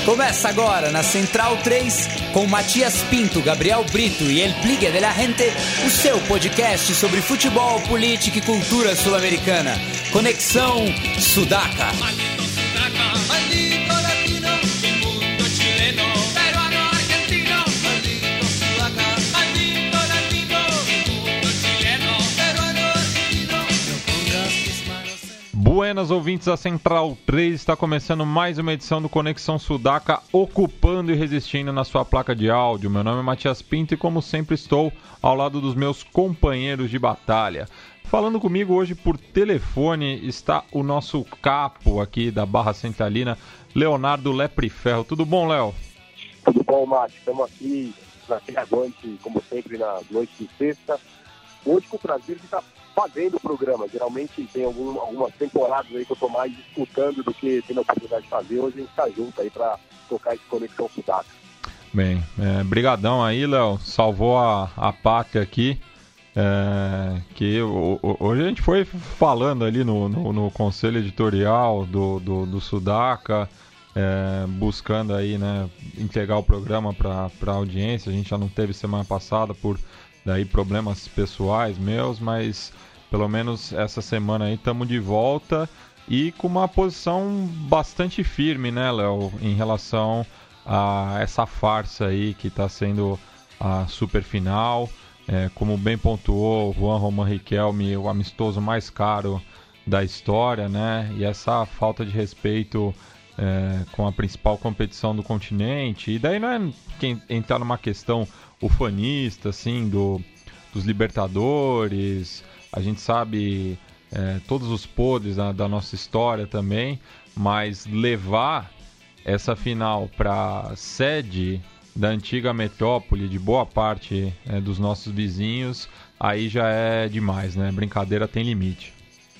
Começa agora na Central 3 com Matias Pinto, Gabriel Brito e El Pligue de la Gente, o seu podcast sobre futebol, política e cultura sul-americana. Conexão Sudaca. Buenas ouvintes, a Central 3 está começando mais uma edição do Conexão Sudaca, ocupando e resistindo na sua placa de áudio. Meu nome é Matias Pinto e, como sempre, estou ao lado dos meus companheiros de batalha. Falando comigo hoje por telefone está o nosso capo aqui da Barra Centralina, Leonardo Lepreferro. Tudo bom, Léo? Tudo bom, Mati? Estamos aqui naquele aguante, como sempre, na noite de sexta. Hoje com o prazer de estar fazendo o programa. Geralmente tem algumas temporadas aí que eu estou mais escutando do que tendo a oportunidade de fazer. Hoje a gente está junto aí para tocar esse Conexão Sudaca. Bem, brigadão aí, Léo. Salvou a pátria aqui. Que hoje a gente foi falando ali no conselho editorial do Sudaca, buscando aí, né, entregar o programa para a audiência. A gente já não teve semana passada por daí problemas pessoais meus, mas pelo menos essa semana aí estamos de volta e com uma posição bastante firme, né, Léo, em relação a essa farsa aí que está sendo a super final. Como bem pontuou Juan Román Riquelme, o amistoso mais caro da história, né, e essa falta de respeito com a principal competição do continente. E daí não é entrar numa questão ufanista, assim, dos Libertadores. A gente sabe todos os podres da nossa história também, mas levar essa final para sede da antiga metrópole de boa parte dos nossos vizinhos, aí já é demais, né? Brincadeira tem limite.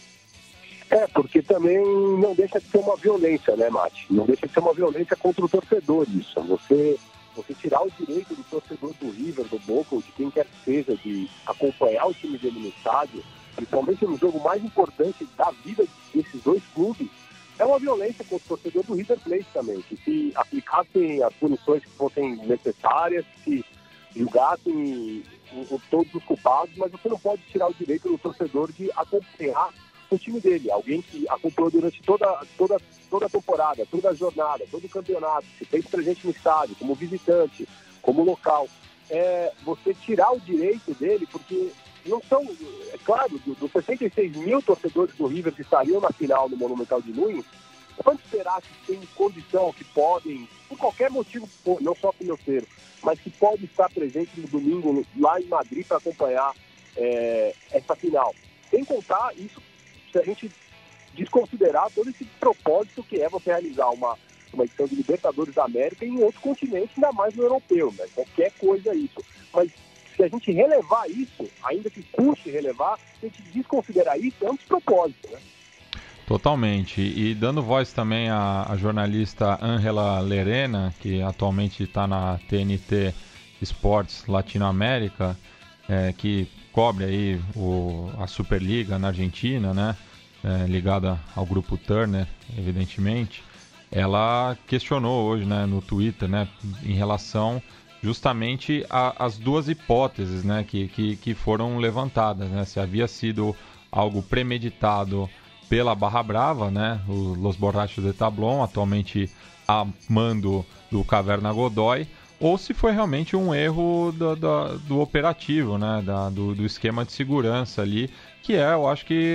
Porque também não deixa de ser uma violência, né, Mati? Não deixa de ser uma violência contra o torcedor, isso. Você tirar o direito do torcedor do River, do Boca, ou de quem quer que seja, de acompanhar o time dele no estádio, principalmente no jogo mais importante da vida desses dois clubes, é uma violência contra o torcedor do River Plate também, que se aplicassem as punições que fossem necessárias, que julgassem todos os culpados, mas você não pode tirar o direito do torcedor de acompanhar o time dele, alguém que acompanhou durante toda a temporada, toda a jornada, todo o campeonato, que fez presente no estádio, como visitante, como local. Você tirar o direito dele, porque não são, é claro, dos 66 mil torcedores do River que estariam na final no Monumental de Nunes, quando esperar que tem condição, que podem, por qualquer motivo, não só financeiro, mas que podem estar presentes no domingo lá em Madrid para acompanhar essa final. Sem contar isso, se a gente desconsiderar todo esse propósito que é você realizar uma edição de Libertadores da América em outro continente, ainda mais no europeu, né? Qualquer coisa isso. Mas se a gente relevar isso, ainda que custe relevar, se a gente desconsiderar isso, é um despropósito, né? Totalmente. E dando voz também à jornalista Ángela Lerena, que atualmente está na TNT Sports Latinoamérica, que cobre aí a Superliga na Argentina, né? Ligada ao grupo Turner, evidentemente. Ela questionou hoje, né, no Twitter, né, em relação justamente às duas hipóteses, né, que foram levantadas, né? Se havia sido algo premeditado pela Barra Brava, né, os Los Borrachos de Tablón, atualmente a mando do Caverna Godoy, ou se foi realmente um erro do operativo, né, do esquema de segurança ali, que eu acho que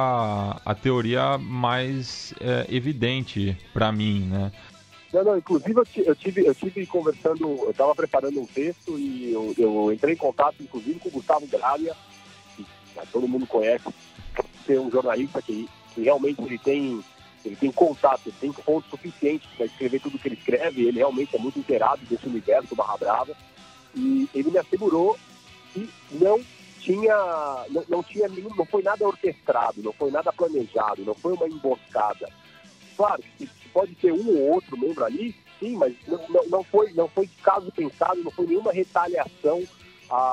a teoria mais evidente para mim, né? Não, inclusive eu tive conversando, eu estava preparando um texto e eu entrei em contato, inclusive, com o Gustavo Gravia, que todo mundo conhece, ser um jornalista que realmente ele tem contato, tem fontes suficientes para escrever tudo que ele escreve. Ele realmente é muito inteirado desse universo Barra Brava, e ele me assegurou que não foi nada orquestrado, não foi nada planejado, não foi uma emboscada. Claro que pode ter um ou outro membro ali, sim, mas não foi de caso pensado, não foi nenhuma retaliação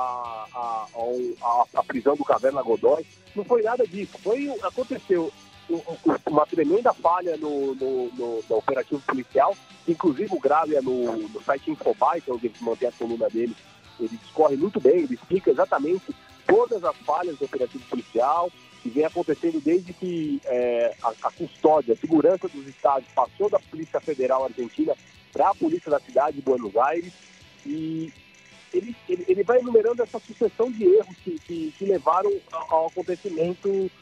à prisão do Caverna Godoy, não foi nada disso. Aconteceu uma tremenda falha no operativo policial, inclusive o grave é no site Infobae, que é onde ele mantém a coluna dele. Ele discorre muito bem, ele explica exatamente todas as falhas do operativo policial, que vem acontecendo desde que a custódia, a segurança dos estádios passou da Polícia Federal Argentina para a Polícia da Cidade de Buenos Aires, e ele vai enumerando essa sucessão de erros que levaram ao acontecimento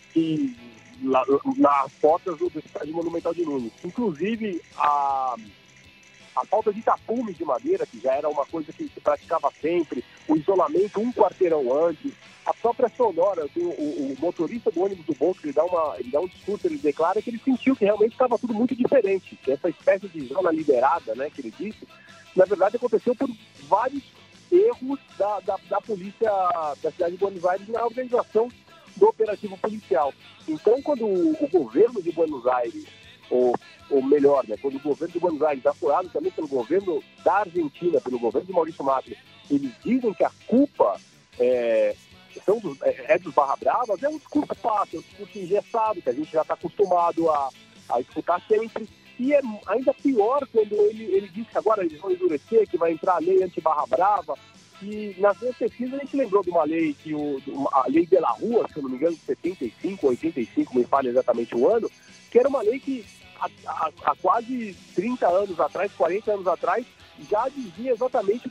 nas portas do estádio Monumental de Nunes. Inclusive, a falta de tapume de madeira, que já era uma coisa que se praticava sempre, o isolamento um quarteirão antes, a própria sonora. O motorista do ônibus do Boca, ele dá um discurso, ele declara que ele sentiu que realmente estava tudo muito diferente, que essa espécie de zona liberada, né, que ele disse, na verdade aconteceu por vários erros da polícia da cidade de Buenos Aires na organização do operativo policial. Então, quando o governo de Buenos Aires, ou melhor, né, quando o governo de Buenos Aires, apoiado também pelo governo da Argentina, pelo governo de Maurício Macri, eles dizem que a culpa é dos Barra Bravas, é um discurso fácil, é um discurso engessado, que a gente já está acostumado a escutar sempre. E é ainda pior quando ele diz que agora eles vão endurecer, que vai entrar a lei anti-Barra Brava. E nas minhas pesquisas a gente lembrou de uma lei, a Lei de la Rua, se eu não me engano, de 75 ou 85, me falha exatamente o ano, que era uma lei que há quase 30 anos atrás, 40 anos atrás, já dizia exatamente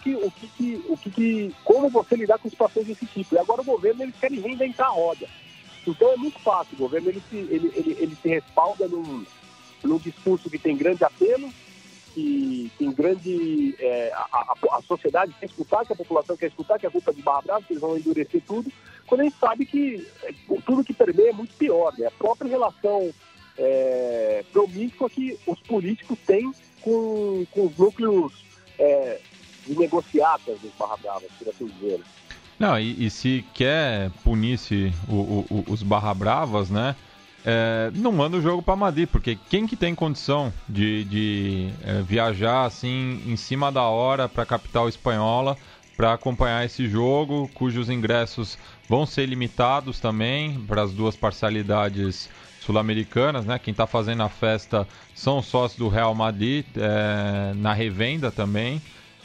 como você lidar com situações desse tipo. E agora o governo, eles querem reinventar a roda. Então é muito fácil, o governo ele se respalda num discurso que tem grande apelo, que tem grande... a sociedade quer escutar, que a população quer escutar, que a culpa é de Barra Brava, que eles vão endurecer tudo, quando a gente sabe que tudo que permeia é muito pior, né? A própria relação promíscua que os políticos têm com os núcleos de negociatas dos Barra Bravas, por assim dizer. Não, e se quer punir-se os Barra Bravas, né? Não manda o jogo para Madrid, porque quem que tem condição de viajar assim em cima da hora para a capital espanhola para acompanhar esse jogo, cujos ingressos vão ser limitados também para as duas parcialidades sul-americanas, né? Quem está fazendo a festa são os sócios do Real Madrid, na revenda também.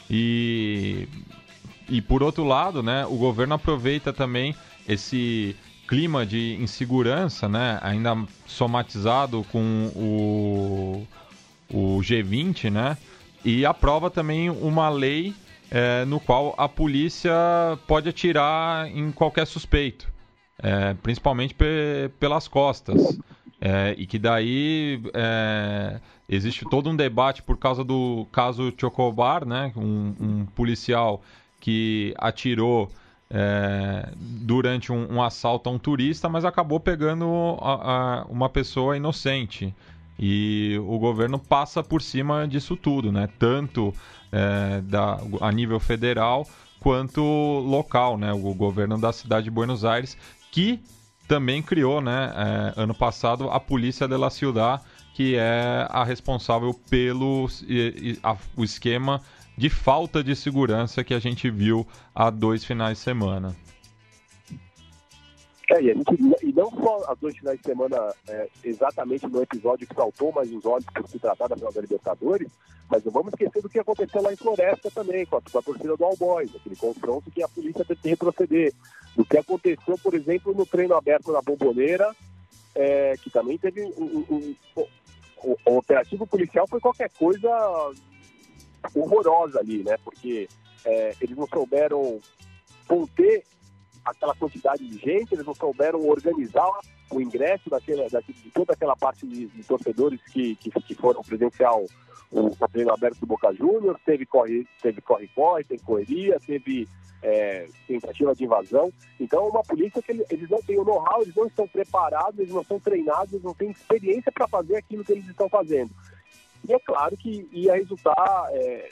E por outro lado, né, o governo aproveita também esse clima de insegurança, né, ainda somatizado com o G20, né, e aprova também uma lei no qual a polícia pode atirar em qualquer suspeito, principalmente pelas costas, e que daí existe todo um debate por causa do caso Chocobar, né, um policial que atirou durante um assalto a um turista, mas acabou pegando uma pessoa inocente. E o governo passa por cima disso tudo, né? Tanto a nível federal quanto local, né? O governo da cidade de Buenos Aires, que também criou, né, ano passado, a Polícia de la Ciudad, que é a responsável pelo o esquema de falta de segurança que a gente viu há 2 finais de semana. E não só as 2 finais de semana exatamente no episódio que saltou mais os olhos por se tratar da final da Libertadores, mas não vamos esquecer do que aconteceu lá em Floresta também, com a torcida do All Boys, aquele confronto que a polícia teve que retroceder, do que aconteceu, por exemplo, no treino aberto na Bomboneira, que também teve o operativo policial foi qualquer coisa horrorosa ali, né? Porque eles não souberam conter aquela quantidade de gente, eles não souberam organizar o ingresso de toda aquela parte de torcedores que foram presenciar o treino aberto do Boca Juniors. Teve corre-corre, teve correria, teve tentativa de invasão. Então é uma polícia que eles não têm o know-how, eles não estão preparados, eles não são treinados, eles não têm experiência para fazer aquilo que eles estão fazendo. E é claro que ia resultar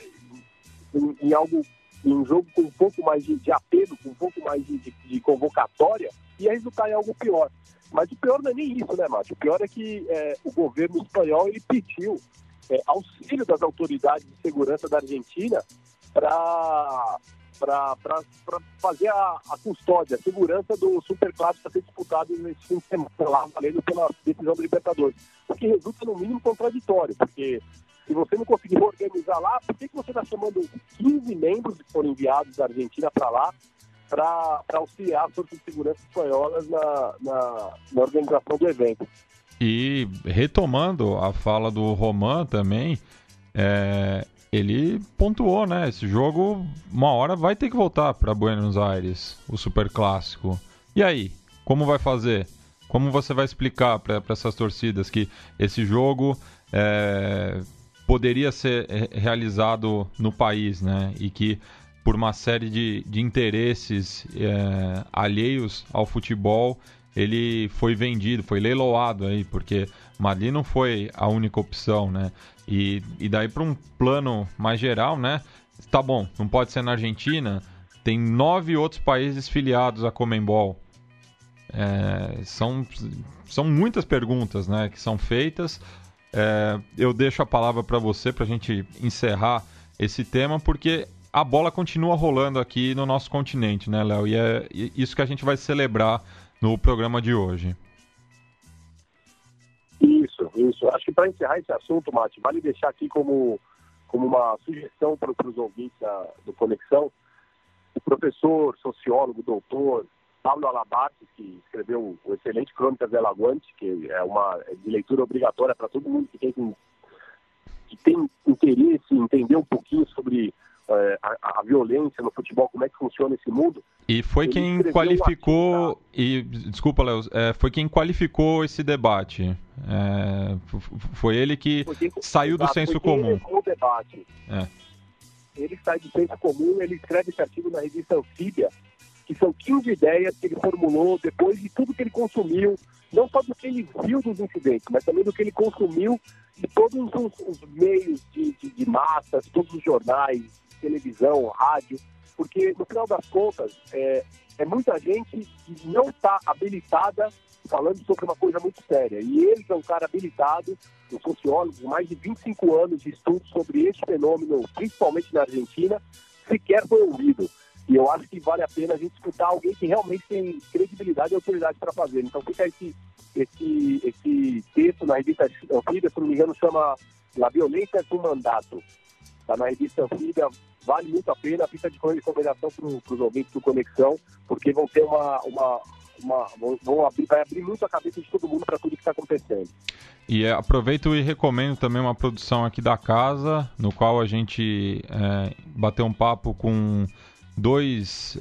em um jogo com um pouco mais de apelo, com um pouco mais de convocatória, ia resultar em algo pior. Mas o pior não é nem isso, né, Márcio? O pior é que o governo espanhol ele pediu auxílio das autoridades de segurança da Argentina para para fazer a custódia, a segurança do Superclássico a ser disputado nesse fim de semana, lá, valendo pela decisão do Libertadores. O que resulta no mínimo contraditório, porque se você não conseguir organizar lá, por que você está chamando 15 membros que foram enviados da Argentina para lá para auxiliar as forças de segurança espanholas na organização do evento? E retomando a fala do Roman também, ele pontuou, né? Esse jogo, uma hora vai ter que voltar para Buenos Aires, o Superclássico. E aí, como vai fazer? Como você vai explicar para essas torcidas que esse jogo poderia ser realizado no país, né? E que por uma série de interesses alheios ao futebol, ele foi vendido, foi leiloado aí, porque Madrid não foi a única opção, né? E daí para um plano mais geral, né? Tá bom, não pode ser na Argentina, tem 9 outros países filiados à Conmebol. São muitas perguntas, né, que são feitas. Eu deixo a palavra para você, para a gente encerrar esse tema, porque a bola continua rolando aqui no nosso continente, né, Léo? E é isso que a gente vai celebrar no programa de hoje. Isso. Acho que para encerrar esse assunto, Mate, vale deixar aqui como uma sugestão para os ouvintes do Conexão, o professor, sociólogo, doutor Pablo Alabarces, que escreveu o excelente Crônicas del Aguante, que é de leitura obrigatória para todo mundo que tem interesse em entender um pouquinho sobre a violência no futebol, como é que funciona esse mundo. E foi quem qualificou, desculpa, Léo, foi quem qualificou esse debate. Foi ele que saiu do senso comum. Ele sai do senso comum, ele escreve esse artigo na revista Anfíbia, que são 15 ideias que ele formulou depois de tudo que ele consumiu, não só do que ele viu dos incidentes, mas também do que ele consumiu de todos os meios de massas, todos os jornais, televisão, rádio, porque no final das contas é muita gente que não está habilitada falando sobre uma coisa muito séria. E ele, que é um cara habilitado, um sociólogo, com mais de 25 anos de estudo sobre esse fenômeno, principalmente na Argentina, sequer foi ouvido. E eu acho que vale a pena a gente escutar alguém que realmente tem credibilidade e autoridade para fazer. Então fica esse texto na revista Anfíbia, se não me engano, chama La Violência é um Mandato. Está na revista Anfíbia, vale muito a pena, fica de recomendação para os ouvintes do Conexão, porque vão ter vai abrir muito a cabeça de todo mundo para tudo que está acontecendo. E aproveito e recomendo também uma produção aqui da casa, no qual a gente bateu um papo com 2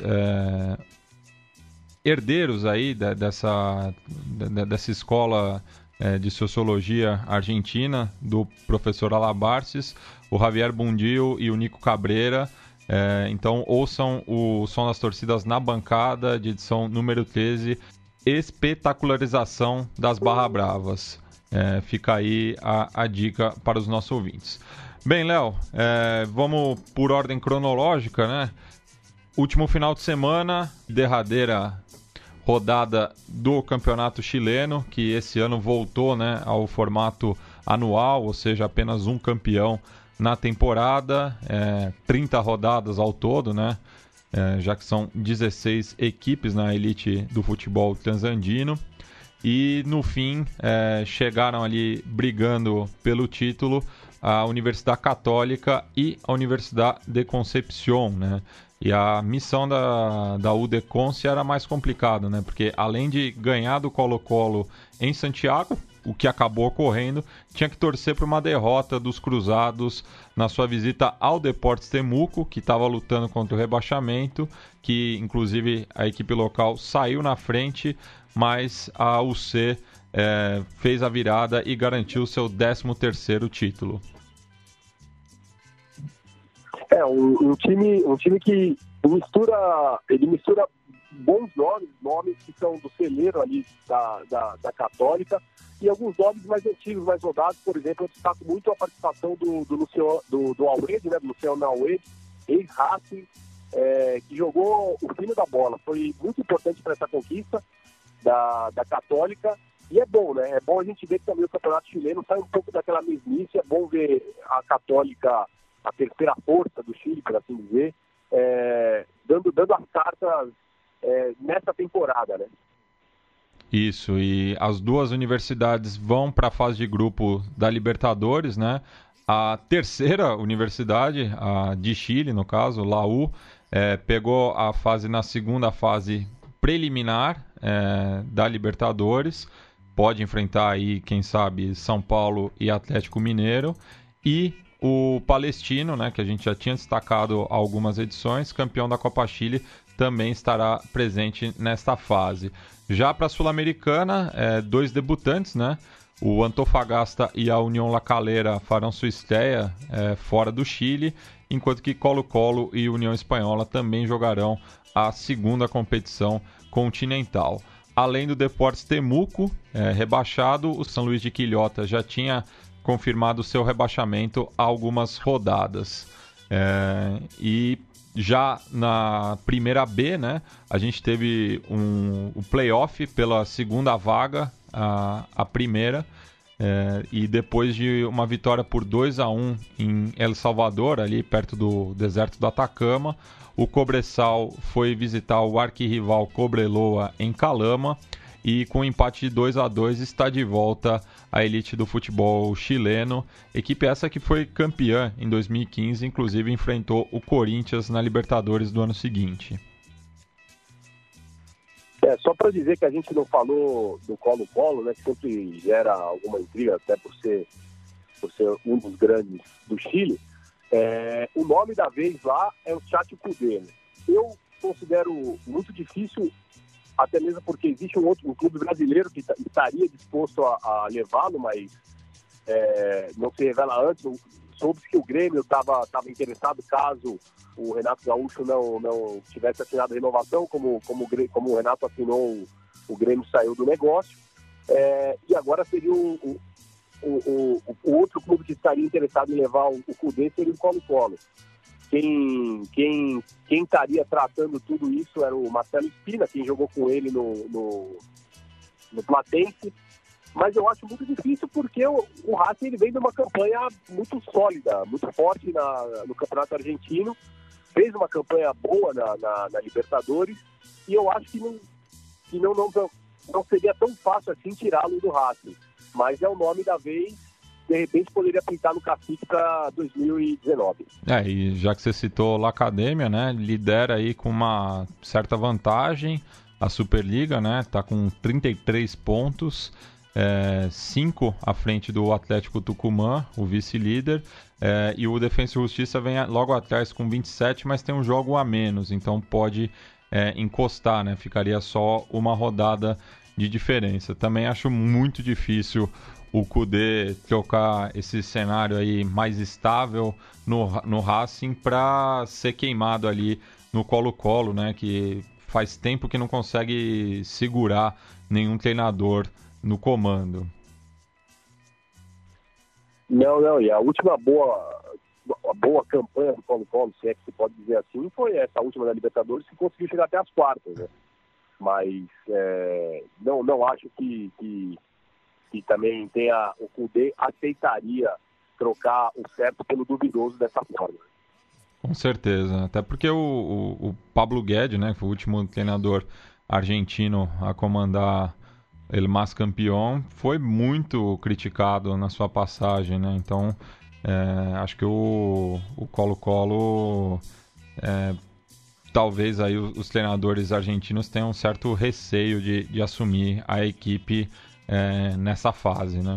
herdeiros aí dessa escola de sociologia argentina, do professor Alabarces, o Javier Bundil e o Nico Cabreira. Então ouçam o Som das Torcidas na Bancada, de edição número 13, Espetacularização das Barra Bravas. Fica aí a dica para os nossos ouvintes. Bem, Léo, vamos por ordem cronológica, né? Último final de semana, derradeira rodada do Campeonato Chileno, que esse ano voltou, né, ao formato anual, ou seja, apenas um campeão na temporada, 30 rodadas ao todo, né, já que são 16 equipes na elite do futebol transandino. E no fim chegaram ali brigando pelo título a Universidade Católica e a Universidade de Concepción, né? E a missão da UDECONCE era mais complicada, né? Porque além de ganhar do Colo-Colo em Santiago, o que acabou ocorrendo, tinha que torcer para uma derrota dos cruzados na sua visita ao Deportes Temuco, que estava lutando contra o rebaixamento, que inclusive a equipe local saiu na frente, mas a UC fez a virada e garantiu seu 13º título. Um time que mistura bons nomes que são do celeiro ali da Católica, e alguns nomes mais antigos, mais rodados. Por exemplo, eu destaco muito a participação do Alwed, né, do Luciano Alwed, ex-Racing, que jogou o fino da bola. Foi muito importante para essa conquista da Católica. E é bom, né? É bom a gente ver que também o Campeonato Chileno sai um pouco daquela mesmice. É bom ver a Católica, a terceira força do Chile, por assim dizer, dando as cartas nessa temporada, né? Isso, e as duas universidades vão para a fase de grupo da Libertadores, né? A terceira universidade, a de Chile, no caso, Laú, pegou a fase na segunda fase preliminar da Libertadores. Pode enfrentar aí, quem sabe, São Paulo e Atlético Mineiro. E o Palestino, né, que a gente já tinha destacado algumas edições, campeão da Copa Chile, também estará presente nesta fase. Já para a Sul-Americana, dois debutantes, né? O Antofagasta e a União La Calera farão sua estreia fora do Chile, enquanto que Colo-Colo e União Espanhola também jogarão a segunda competição continental. Além do Deportes Temuco, rebaixado, o São Luís de Quilhota já tinha confirmado seu rebaixamento há algumas rodadas. E já na primeira B, né, a gente teve o playoff pela segunda vaga, a primeira, e depois de uma vitória por 2-1 em El Salvador, ali perto do deserto do Atacama, o Cobresal foi visitar o arquirrival Cobreloa em Calama, e com um empate de 2-2 está de volta à elite do futebol chileno. Equipe essa que foi campeã em 2015, inclusive enfrentou o Corinthians na Libertadores do ano seguinte. Só para dizer que a gente não falou do Colo-Colo, né, que sempre gera alguma intriga, até por ser um dos grandes do Chile. O nome da vez lá é o Tchatcho Kudê. Eu considero muito difícil, até mesmo porque existe um clube brasileiro que estaria disposto a levá-lo, mas não se revela antes. Soube-se que o Grêmio estava interessado caso o Renato Gaúcho não tivesse assinado a renovação, como o Renato assinou, o Grêmio saiu do negócio. E agora seria o outro clube que estaria interessado em levar o Kudê seria o Colo-Colo. Quem estaria tratando tudo isso era o Marcelo Spina, quem jogou com ele no Platense. Mas eu acho muito difícil porque o Racing ele vem de uma campanha muito sólida, muito forte no Campeonato Argentino, fez uma campanha boa na Libertadores, e eu acho que não seria tão fácil assim tirá-lo do Racing. Mas é o nome da vez, de repente poderia pintar no cacique para 2019. E já que você citou La Academia, né, lidera aí com uma certa vantagem a Superliga, né, tá com 33 pontos, 5 à frente do Atlético Tucumã, o vice-líder, e o Defensa e Justiça vem logo atrás com 27, mas tem um jogo a menos, então pode encostar, né, ficaria só uma rodada de diferença. Também acho muito difícil o Kudê trocar esse cenário aí mais estável no Racing para ser queimado ali no Colo-Colo, né, que faz tempo que não consegue segurar nenhum treinador no comando. Não, e a última boa campanha do Colo-Colo, se é que se pode dizer assim, foi essa última da Libertadores, que conseguiu chegar até as quartas, né? Mas não acho que também o Kudê aceitaria trocar o certo pelo duvidoso dessa forma. Com certeza, até porque o Pablo Guedes, né, que foi o último treinador argentino a comandar El Mas Campeón, foi muito criticado na sua passagem, né? Então acho que o Colo-Colo, talvez aí os treinadores argentinos tenham um certo receio de assumir a equipe nessa fase, né?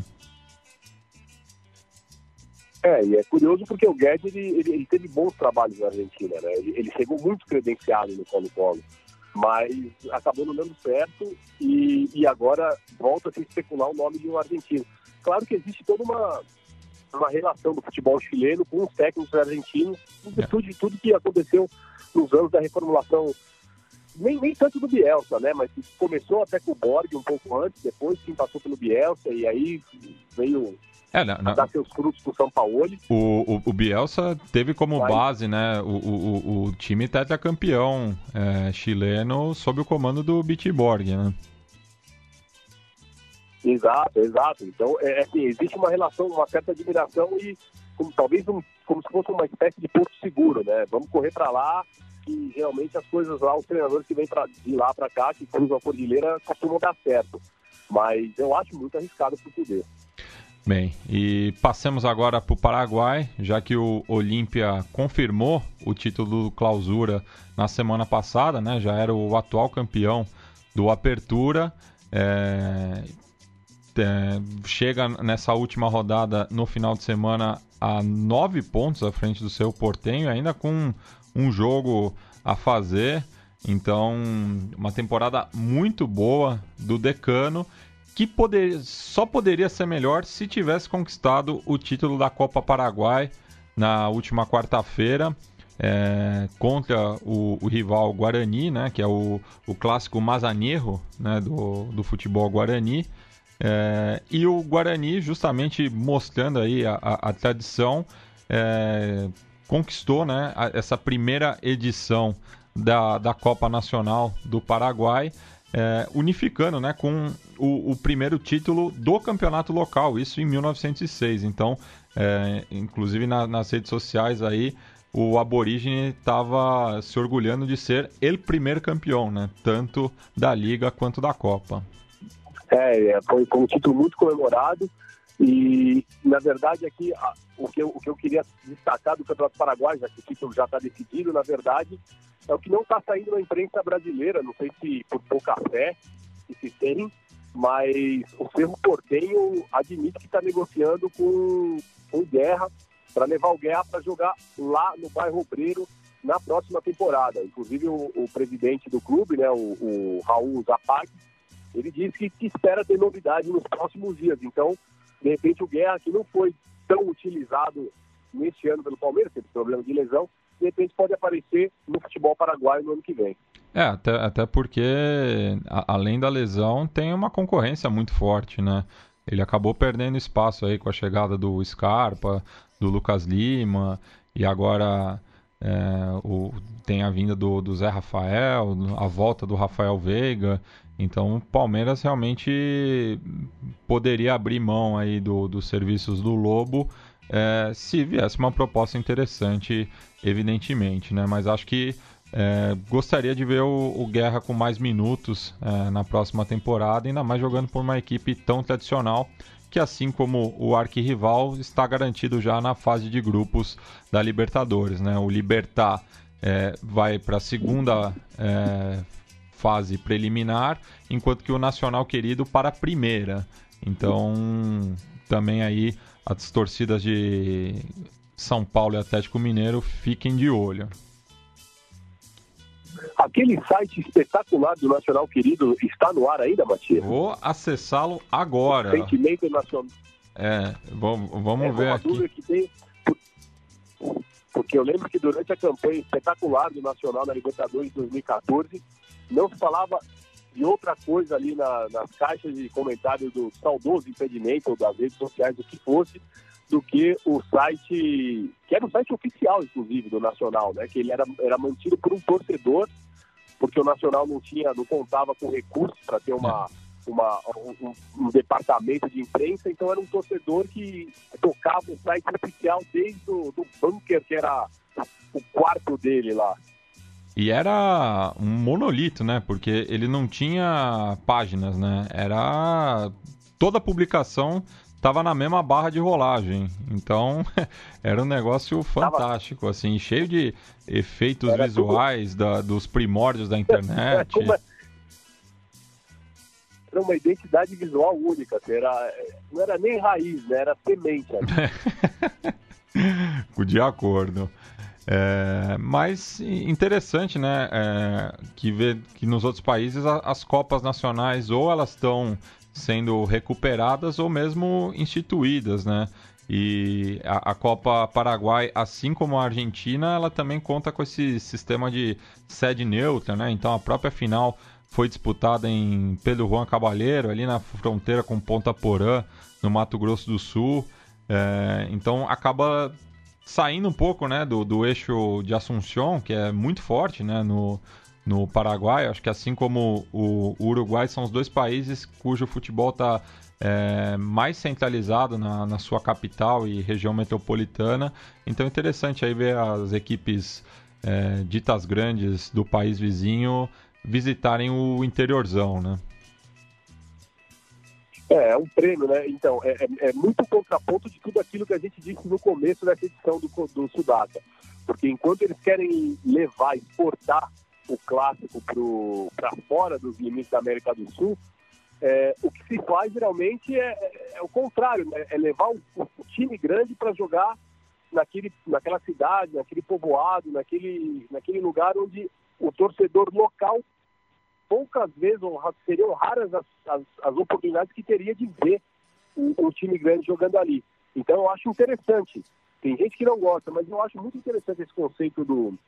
E é curioso porque o Guedes ele teve bons trabalhos na Argentina, né? Ele chegou muito credenciado no Colo-Colo, mas acabou não dando certo e agora volta a se especular o nome de um argentino. Claro que existe toda uma relação do futebol chileno com os técnicos argentinos, em virtude de tudo que aconteceu nos anos da reformulação, nem tanto do Bielsa, né? Mas começou até com o Borg um pouco antes, depois sim passou pelo Bielsa e aí veio a dar seus frutos pro Sampaoli. O Bielsa teve como base, né, o time tetracampeão chileno sob o comando do Vichy Borg, né? Exato. Então, assim, existe uma relação, uma certa admiração talvez como se fosse uma espécie de porto seguro, né? Vamos correr para lá, que geralmente as coisas lá, os treinadores que vêm de lá para cá, que cruzam a cordilheira, costumam dar certo. Mas eu acho muito arriscado para poder. Bem, e passemos agora para o Paraguai, já que o Olímpia confirmou o título do Clausura na semana passada, né? Já era o atual campeão do Apertura. Chega nessa última rodada no final de semana a 9 pontos à frente do seu Porteño, ainda com um jogo a fazer. Então, uma temporada muito boa do Decano, que só poderia ser melhor se tivesse conquistado o título da Copa Paraguai na última quarta-feira, contra o rival Guarani, né, que é o clássico Mazanerro, né, do futebol guarani. E o Guarani, justamente mostrando aí a tradição, conquistou, né, essa primeira edição da Copa Nacional do Paraguai, unificando, né, com o primeiro título do campeonato local, isso em 1906. Então, inclusive nas redes sociais aí, o aborígene estava se orgulhando de ser o primeiro campeão, né, tanto da Liga quanto da Copa. Foi um título muito comemorado e, na verdade, aqui o que eu queria destacar do Campeonato Paraguai, já que o título já está decidido, na verdade, é o que não está saindo na imprensa brasileira, não sei se por pouca fé que se tem, mas o Cerro Porteño admite que está negociando com o Guerra para levar o Guerra para jogar lá no bairro Obreiro na próxima temporada. Inclusive o presidente do clube, né, o Raul Zapag, ele disse que espera ter novidade nos próximos dias. Então, de repente, o Guerra, que não foi tão utilizado neste ano pelo Palmeiras, teve problema de lesão, de repente pode aparecer no futebol paraguaio no ano que vem. Até porque, além da lesão, tem uma concorrência muito forte, né? Ele acabou perdendo espaço aí com a chegada do Scarpa, do Lucas Lima, e agora tem a vinda do Zé Rafael, a volta do Rafael Veiga. Então o Palmeiras realmente poderia abrir mão aí dos serviços do Lobo, se viesse uma proposta interessante, evidentemente, né? Mas acho que gostaria de ver o Guerra com mais minutos na próxima temporada, ainda mais jogando por uma equipe tão tradicional, que assim como o arquirrival está garantido já na fase de grupos da Libertadores, né? O Libertad vai para a segunda fase preliminar, enquanto que o Nacional Querido para a primeira. Então, também aí as torcidas de São Paulo e Atlético Mineiro fiquem de olho. Aquele site espetacular do Nacional Querido está no ar ainda, Matias? Vou acessá-lo agora. Sentimento nacional. Vamos ver aqui. Que tem, porque eu lembro que durante a campanha espetacular do Nacional na Libertadores 2014, não se falava de outra coisa ali nas caixas de comentários do saudoso impedimento, ou das redes sociais, do que fosse, do que o site, que era o site oficial, inclusive, do Nacional, né? Que ele era mantido por um torcedor, porque o Nacional não contava com recursos para ter um departamento de imprensa, então era um torcedor que tocava o site oficial desde do bunker, que era o quarto dele lá. E era um monolito, né? Porque ele não tinha páginas, né? Toda publicação estava na mesma barra de rolagem. Então, era um negócio fantástico, assim, cheio de efeitos visuais dos primórdios da internet. Era uma identidade visual única. Não era nem raiz, né? Era semente. De acordo. Mas interessante, né, que nos outros países as Copas Nacionais ou elas estão sendo recuperadas ou mesmo instituídas, né? E a Copa Paraguai, assim como a Argentina, ela também conta com esse sistema de sede neutra, né? Então a própria final foi disputada em Pedro Juan Caballero, ali na fronteira com Ponta Porã, no Mato Grosso do Sul. Então acaba saindo um pouco, né, do eixo de Assunção, que é muito forte, né, no Paraguai. Acho que assim como o Uruguai, são os dois países cujo futebol está mais centralizado na sua capital e região metropolitana. Então é interessante aí ver as equipes ditas grandes do país vizinho visitarem o interiorzão, né? É um prêmio, né? Então, é muito contraponto de tudo aquilo que a gente disse no começo dessa edição do Sudata. Porque enquanto eles querem exportar o clássico para fora dos limites da América do Sul, o que se faz geralmente é o contrário, né? É levar o time grande para jogar naquela cidade, naquele povoado, naquele lugar onde o torcedor local, poucas vezes, seriam raras as oportunidades que teria de ver um time grande jogando ali. Então eu acho interessante. Tem gente que não gosta, mas eu acho muito interessante esse conceito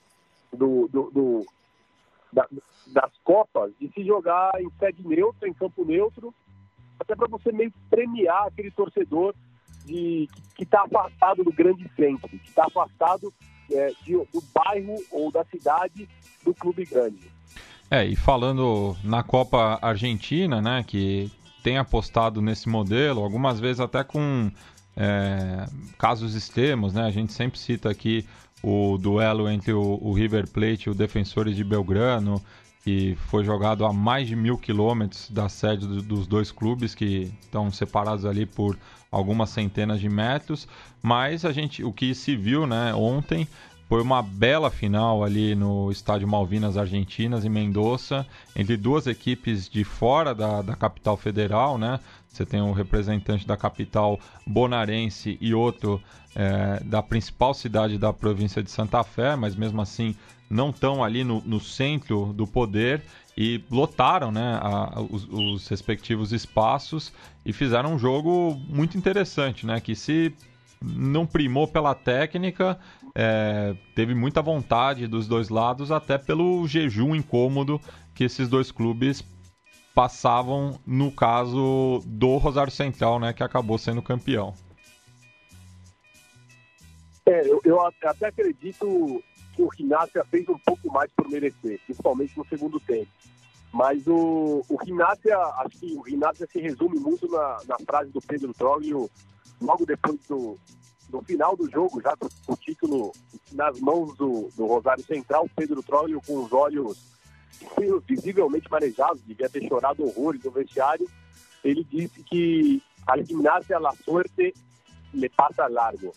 das Copas, de se jogar em sede neutra, em campo neutro, até para você meio que premiar aquele torcedor que está afastado do grande centro, que está afastado do bairro ou da cidade do clube grande. E falando na Copa Argentina, né, que tem apostado nesse modelo, algumas vezes até com casos extremos, né? A gente sempre cita aqui o duelo entre o River Plate e o Defensores de Belgrano, que foi jogado a mais de 1.000 quilômetros da sede dos dois clubes, que estão separados ali por algumas centenas de metros. Mas o que se viu, né, ontem foi uma bela final ali no Estádio Malvinas Argentinas, em Mendoza, entre duas equipes de fora da capital federal, né? Você tem um representante da capital bonaerense e outro da principal cidade da província de Santa Fé, mas mesmo assim não estão ali no centro do poder, e lotaram, né, os respectivos espaços e fizeram um jogo muito interessante, né, que se não primou pela técnica, teve muita vontade dos dois lados, até pelo jejum incômodo que esses dois clubes passavam no caso do Rosário Central, né, que acabou sendo campeão. Eu até acredito que o Gimnasia fez um pouco mais por merecer, principalmente no segundo tempo. Mas o Gimnasia, acho que o Gimnasia se resume muito na frase do Pedro Troglio, logo depois do final do jogo, já com o título nas mãos do Rosário Central. O Pedro Troglio, com os olhos visivelmente marejados, devia ter chorado horrores no vestiário, ele disse que a Gimnasia, la suerte le pasa largo.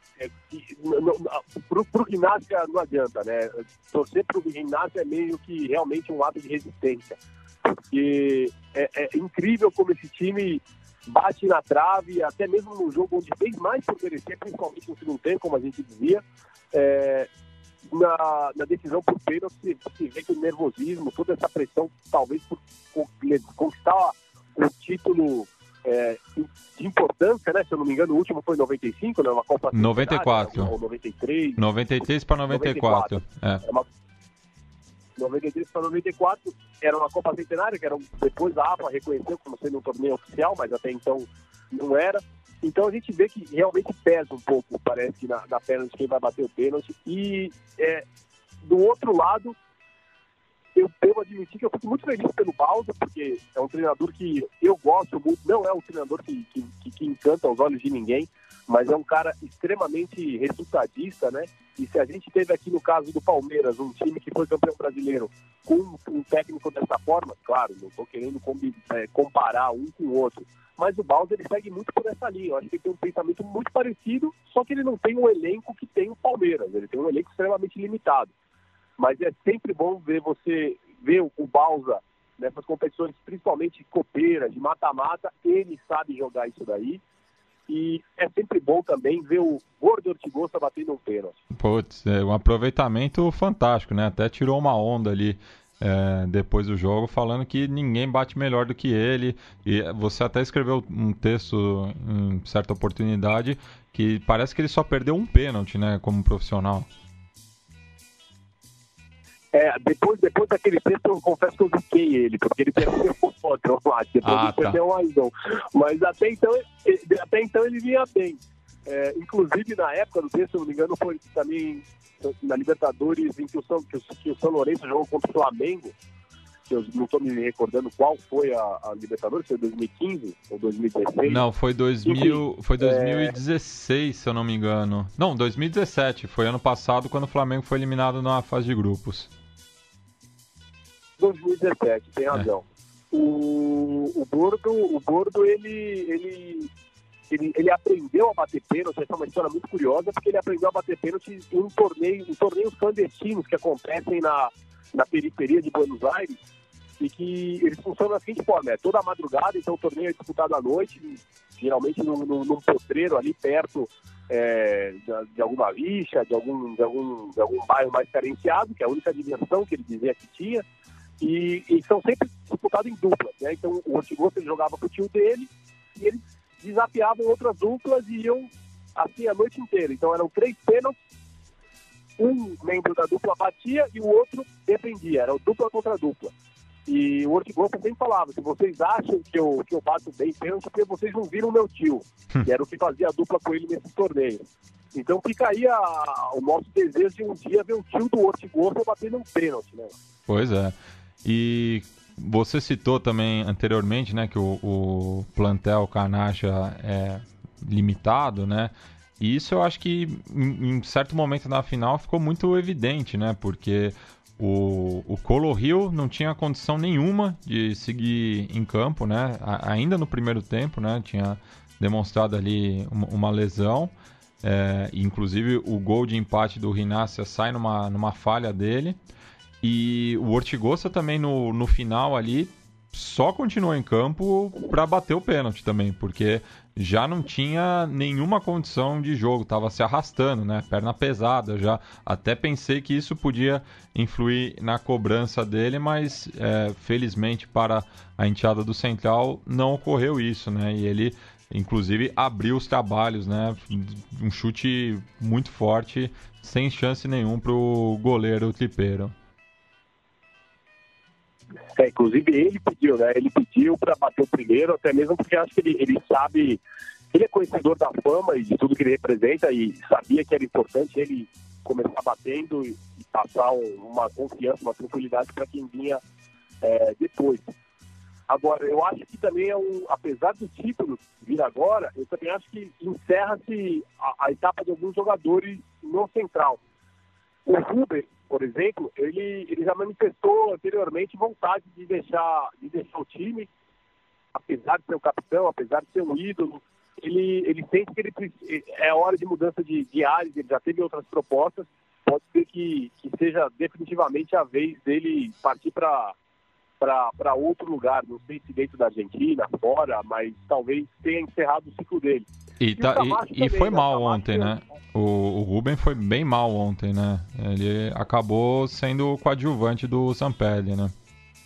Pro Gimnasia não adianta, né? Torcer pro Gimnasia é meio que realmente um ato de resistência, porque é incrível como esse time bate na trave, até mesmo no jogo onde fez mais por merecer, principalmente no segundo tempo, como a gente dizia, na decisão por pênalti, se vê que o nervosismo, toda essa pressão, talvez por conquistar o título de importância, né? Se eu não me engano, o último foi em 95, né? Uma Copa 94. Ou 93. 93 para 94. 93 para 94 era uma Copa Centenária, que depois a AFA reconheceu como sendo um torneio oficial, mas até então não era. Então a gente vê que realmente pesa um pouco, parece, na perna de quem vai bater o pênalti. E do outro lado, eu devo admitir que eu fico muito feliz pelo Balsa, porque é um treinador que eu gosto muito, não é um treinador que encanta aos olhos de ninguém, mas é um cara extremamente resultadista, né? E se a gente teve aqui no caso do Palmeiras, um time que foi campeão brasileiro com um técnico dessa forma, claro, não estou querendo comparar um com o outro, mas o Balsa, ele segue muito por essa linha. Eu acho que ele tem um pensamento muito parecido, só que ele não tem um elenco que tem o Palmeiras, ele tem um elenco extremamente limitado. Mas é sempre bom ver o Balsa nessas competições, principalmente copeiras, de mata-mata. Ele sabe jogar isso daí. E é sempre bom também ver o Gordo Ortigosa batendo um pênalti. Putz, um aproveitamento fantástico, né? Até tirou uma onda ali depois do jogo, falando que ninguém bate melhor do que ele. E você até escreveu um texto em certa oportunidade que parece que ele só perdeu um pênalti, né? Como profissional. Depois daquele texto, eu confesso que eu ziquei ele, porque ele perdeu outro, depois ele perdeu mais um. Mas até então ele vinha bem. Inclusive, na época do texto, se não me engano, foi também na Libertadores, em que o São Lourenço jogou contra o Flamengo. que eu não estou me recordando qual foi a Libertadores, foi 2015 ou 2016? Não, foi 2016, se eu não me engano. Não, 2017, foi ano passado, quando o Flamengo foi eliminado na fase de grupos. 2017, tem razão. O Bordo, ele aprendeu a bater pênalti. Essa é uma história muito curiosa, porque ele aprendeu a bater pênalti em torneios clandestinos que acontecem na periferia de Buenos Aires, e que eles funcionam da seguinte forma: toda a madrugada, então o torneio é disputado à noite, geralmente num potreiro ali perto de alguma vicha, de algum bairro mais carenciado, que é a única diversão que ele dizia que tinha, e são sempre disputados em duplas, né? Então o Ortigosa jogava com o tio dele, e eles desafiavam outras duplas e iam assim a noite inteira. Então eram 3 pênaltis, um membro da dupla batia e o outro defendia, era dupla contra dupla. E o Ortigosa sempre falava: se vocês acham que eu bato bem pênalti, porque vocês não viram meu tio, que era o que fazia a dupla com ele nesse torneio. Então fica aí o nosso desejo de um dia ver o tio do Ortigosa batendo um pênalti, né? Pois é. E você citou também anteriormente, né, que o plantel Canasha é limitado, né? E isso eu acho que em certo momento na final ficou muito evidente, né? Porque o Colo-Rio não tinha condição nenhuma de seguir em campo, né? Ainda no primeiro tempo, né? Tinha demonstrado ali uma lesão. Inclusive o gol de empate do Rinácia sai numa falha dele. E o Ortigosa também no final ali só continuou em campo para bater o pênalti também, porque já não tinha nenhuma condição de jogo, estava se arrastando, né? Perna pesada já. Até pensei que isso podia influir na cobrança dele, mas felizmente para a enteada do Central não ocorreu isso, né? E ele, inclusive, abriu os trabalhos, né? Um chute muito forte, sem chance nenhuma para o goleiro Tripeiro. Inclusive ele pediu, né? Ele pediu para bater o primeiro, até mesmo porque acho que ele sabe, ele é conhecedor da fama e de tudo que ele representa, e sabia que era importante ele começar batendo e passar uma confiança, uma tranquilidade para quem vinha depois. Agora, eu acho que também apesar do título vir agora, eu também acho que encerra-se a etapa de alguns jogadores no Central. O Ruben, por exemplo, ele já manifestou anteriormente vontade de deixar o time, apesar de ser o capitão, apesar de ser um ídolo. Ele sente que é hora de mudança de áreas, ele já teve outras propostas. Pode ser que seja definitivamente a vez dele partir para outro lugar, não sei se dentro da Argentina, fora, mas talvez tenha encerrado o ciclo dele. E também, foi mal ontem, né? O Ruben foi bem mal ontem, né? Ele acabou sendo o coadjuvante do Sampelli, né?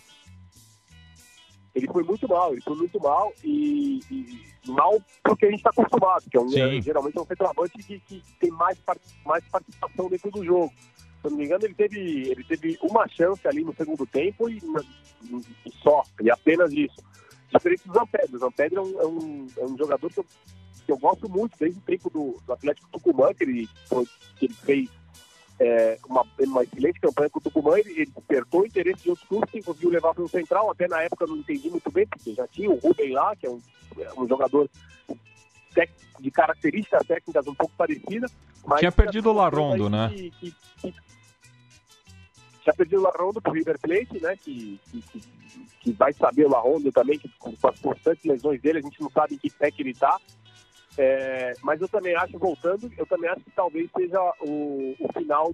Ele foi muito mal e mal porque a gente está acostumado, que geralmente é um centroavante que tem mais participação dentro do jogo. Se eu não me engano, ele teve uma chance ali no segundo tempo e só, e apenas isso. Diferente do Zampedri. O Zampedri é um jogador que eu gosto muito desde o tempo do Atlético Tucumã, que ele fez uma excelente campanha com o Tucumã. Ele despertou o interesse de outros clubes, que conseguiu levar para o Central. Até na época eu não entendi muito bem, porque já tinha o Ruben lá, que é um jogador de características técnicas um pouco parecidas. Mas tinha perdido o Larrondo, né? Tinha perdido o Larrondo pro River Plate, né? Que vai saber o Larrondo também, que com as constantes lesões dele, a gente não sabe em que pé que ele tá. Mas eu também acho, que talvez seja o final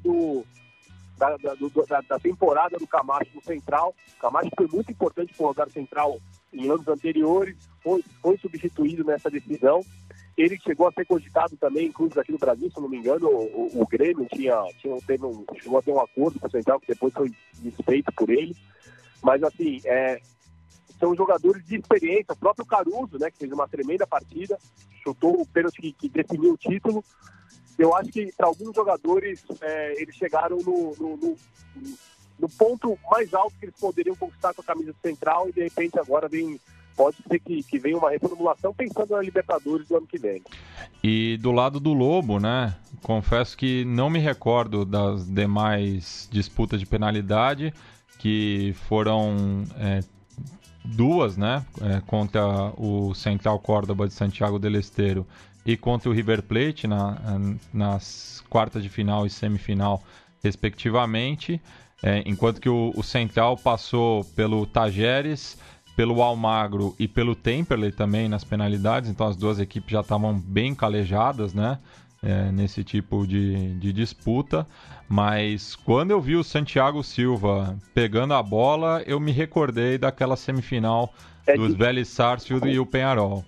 da temporada do Camacho no Central. O Camacho foi muito importante para o lugar central em anos anteriores, foi substituído nessa decisão. Ele chegou a ser cogitado também em clubes aqui no Brasil, se eu não me engano. O Grêmio chegou a ter um acordo com o Central, que depois foi desfeito por ele. Mas, assim, são jogadores de experiência. O próprio Caruso, né, que fez uma tremenda partida, chutou o pênalti que definiu o título. Eu acho que, para alguns jogadores, eles chegaram no ponto mais alto que eles poderiam conquistar com a camisa do Central, e, de repente, agora pode ser que venha uma reformulação pensando na Libertadores do ano que vem. E do lado do Lobo, né? Confesso que não me recordo das demais disputas de penalidade. que foram duas, né, contra o Central Córdoba de Santiago del Estero e contra o River Plate nas quartas de final e semifinal, respectivamente, enquanto que o Central passou pelo Tajeres, pelo Almagro e pelo Temperley também nas penalidades, então as duas equipes já estavam bem calejadas, né, nesse tipo de disputa. Mas quando eu vi o Santiago Silva pegando a bola, eu me recordei daquela semifinal dos Vélez Sarsfield e o Peñarol.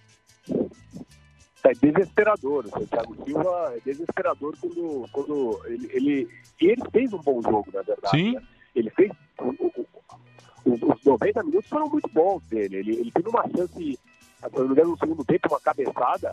É desesperador, o Santiago Silva é desesperador quando ele fez um bom jogo, na verdade. Sim. Né? Ele fez os 90 minutos foram muito bons dele. Ele teve uma chance, se não me engano, no segundo tempo, uma cabeçada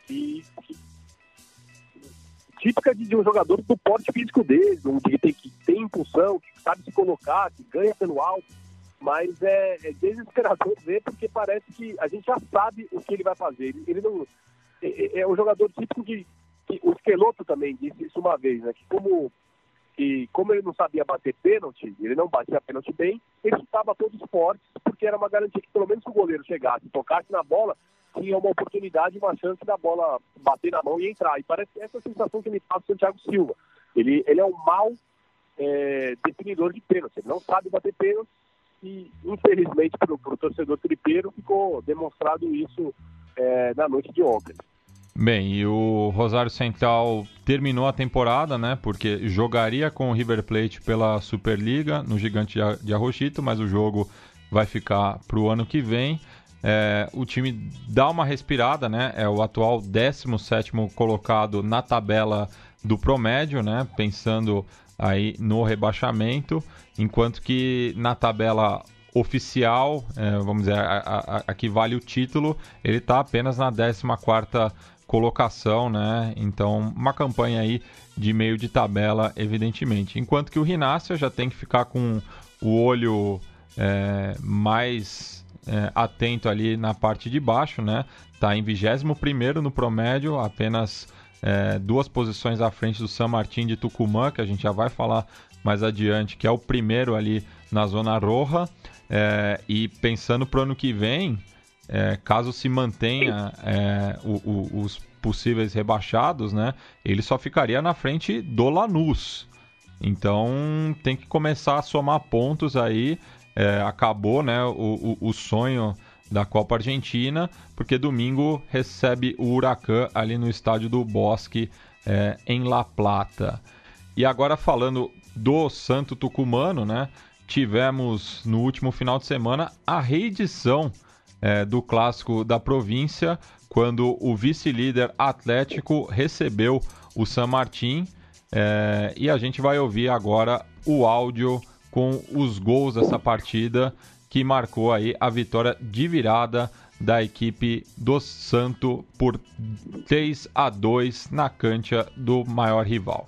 típica de um jogador do porte físico dele, que tem impulsão, que sabe se colocar, que ganha pelo alto, mas é desesperador ver, porque parece que a gente já sabe o que ele vai fazer. Ele não é um jogador típico que o Schelotto também disse isso uma vez, né, que como ele não sabia bater pênalti, ele não batia pênalti bem, ele chutava todos os fortes, porque era uma garantia que pelo menos que o goleiro chegasse, tocasse na bola, tinha uma oportunidade, uma chance da bola bater na mão e entrar. E parece essa sensação que me faz o Santiago Silva. Ele é um mau definidor de pênalti. Ele não sabe bater pênalti e, infelizmente, para o torcedor tripeiro, ficou demonstrado isso na noite de ontem. Bem, e o Rosário Central terminou a temporada, né? Porque jogaria com o River Plate pela Superliga no Gigante de Arrochito, mas o jogo vai ficar para o ano que vem. O time dá uma respirada, né? É o atual 17º colocado na tabela do Promédio, né? Pensando aí no rebaixamento, enquanto que na tabela oficial, vamos dizer, a que vale o título, ele está apenas na 14ª colocação, né? Então, uma campanha aí de meio de tabela, evidentemente. Enquanto que o Rinácia já tem que ficar com o olho mais atento ali na parte de baixo, né? Tá em 21º no Promédio, apenas 2 posições à frente do San Martín de Tucumã, que a gente já vai falar mais adiante, que é o primeiro ali na Zona Roja. E pensando para o ano que vem, caso se mantenha os possíveis rebaixados, né? Ele só ficaria na frente do Lanús. Então tem que começar a somar pontos aí. Acabou, né, o sonho da Copa Argentina, porque domingo recebe o Huracán ali no estádio do Bosque, em La Plata. E agora falando do Santo Tucumano, né, tivemos no último final de semana a reedição do Clássico da Província, quando o vice-líder Atlético recebeu o San Martín, e a gente vai ouvir agora o áudio com os gols dessa partida, que marcou aí a vitória de virada da equipe do Santo por 3-2 na cancha do maior rival.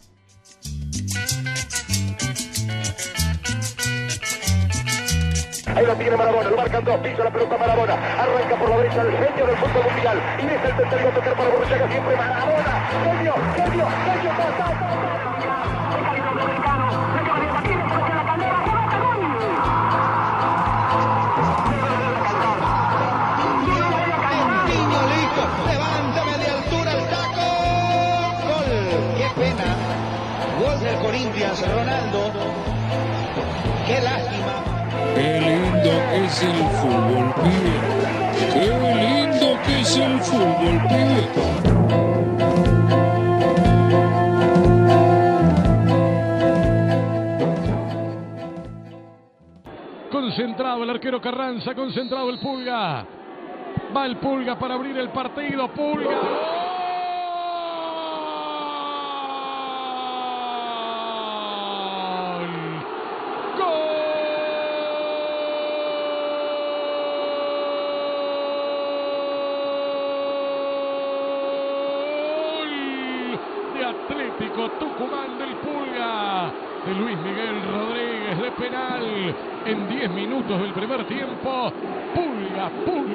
Ahí lo tiene Marabona, lo marcan dos, pisa la pelota Marabona, arranca por la derecha el genio del fútbol mundial y deja el tercero a tocar para Borruchaga, siempre Marabona, genio, levántame de altura el taco, gol, qué pena, gol del Corinthians, Ronaldo, qué lástima. Qué lindo que es el fútbol, pibe. Qué lindo que es el fútbol, pibe. Concentrado el arquero Carranza, concentrado el Pulga. Va el Pulga para abrir el partido. Pulga. Atlético Tucumán del Pulga, de Luis Miguel Rodríguez de penal en 10 minutos del primer tiempo. Pulga,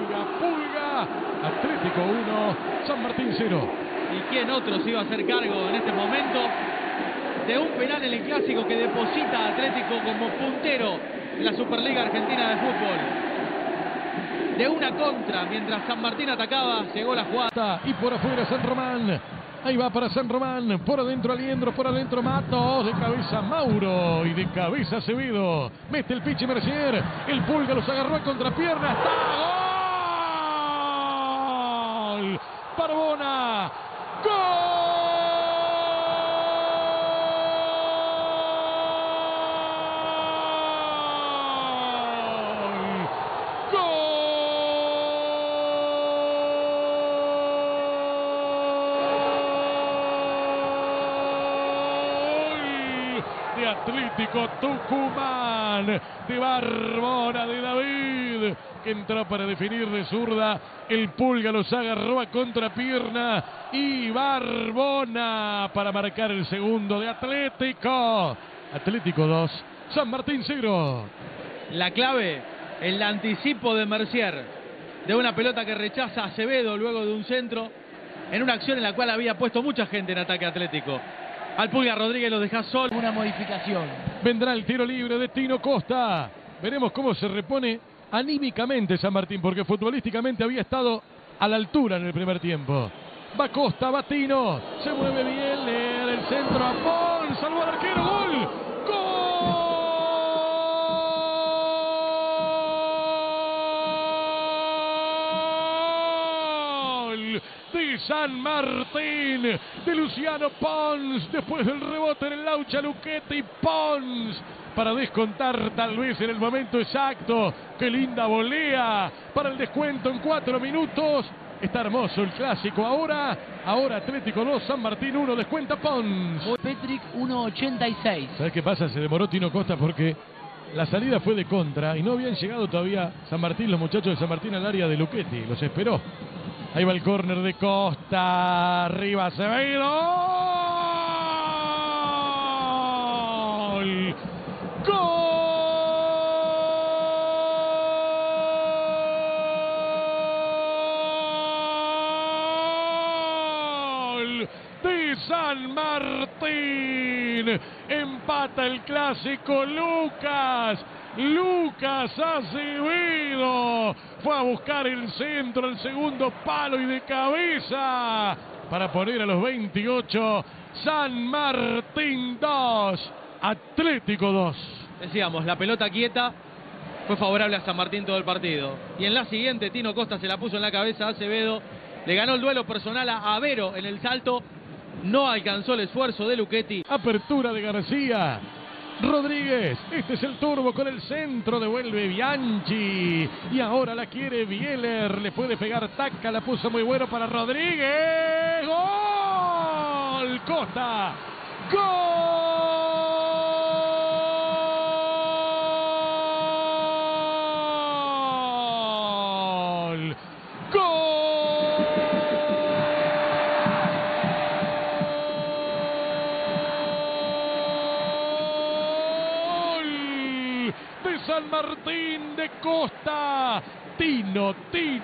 Atlético 1, San Martín 0. ¿Y quién otro se iba a hacer cargo en este momento de un penal en el Clásico que deposita a Atlético como puntero en la Superliga Argentina de Fútbol. De una contra, mientras San Martín atacaba, llegó la jugada. Y por afuera San Román. Ahí va para San Román. Por adentro Aliendro, por adentro Matos. De cabeza Mauro y de cabeza Acevedo. Mete el piche Mercier. El Pulga los agarró a contrapierna. ¡Está! ¡Gol! Barbona. ¡Gol! Atlético Tucumán, de Barbona, de David, que entró para definir de zurda. El Pulga los agarró a contrapierna y Barbona para marcar el segundo de Atlético. Atlético 2, San Martín 0. La clave, el anticipo de Mercier, de una pelota que rechaza a Acevedo luego de un centro, en una acción en la cual había puesto mucha gente en ataque Atlético. Al Pulga Rodríguez lo deja solo. Una modificación. Vendrá el tiro libre de Tino Costa. Veremos cómo se repone anímicamente San Martín, porque futbolísticamente había estado a la altura en el primer tiempo. Va Costa, va Tino. Se mueve bien. El centro a Pons. Salvó al arquero. ¡Gol! ¡Gol! De San Martín, de Luciano Pons, después del rebote en el Laucha Luchetti. Pons para descontar tal vez en el momento exacto. Qué linda volea para el descuento en 4 minutos. Está hermoso el Clásico ahora Atlético 2, San Martín 1, descuenta Pons. Petric 1.86. ¿Sabes qué pasa? Se demoró Tino Costa porque la salida fue de contra y no habían llegado todavía San Martín, los muchachos de San Martín, al área de Luchetti. Los esperó. Ahí va el córner de Costa. Arriba Acevedo. ¡Gol! ¡Gol! De San Martín. Empata el Clásico Lucas Acevedo. Fue a buscar el centro, el segundo palo y de cabeza para poner a los 28. San Martín 2, Atlético 2. Decíamos, la pelota quieta fue favorable a San Martín todo el partido. Y en la siguiente, Tino Costa se la puso en la cabeza a Acevedo. Le ganó el duelo personal a Avero en el salto. No alcanzó el esfuerzo de Luchetti. Apertura de García. Rodríguez, este es el turbo con el centro, devuelve Bianchi y ahora la quiere Bieler, le puede pegar Taca, la puso muy bueno para Rodríguez. ¡Gol! Costa, ¡gol! ¡Gol! San Martín de Costa. Tino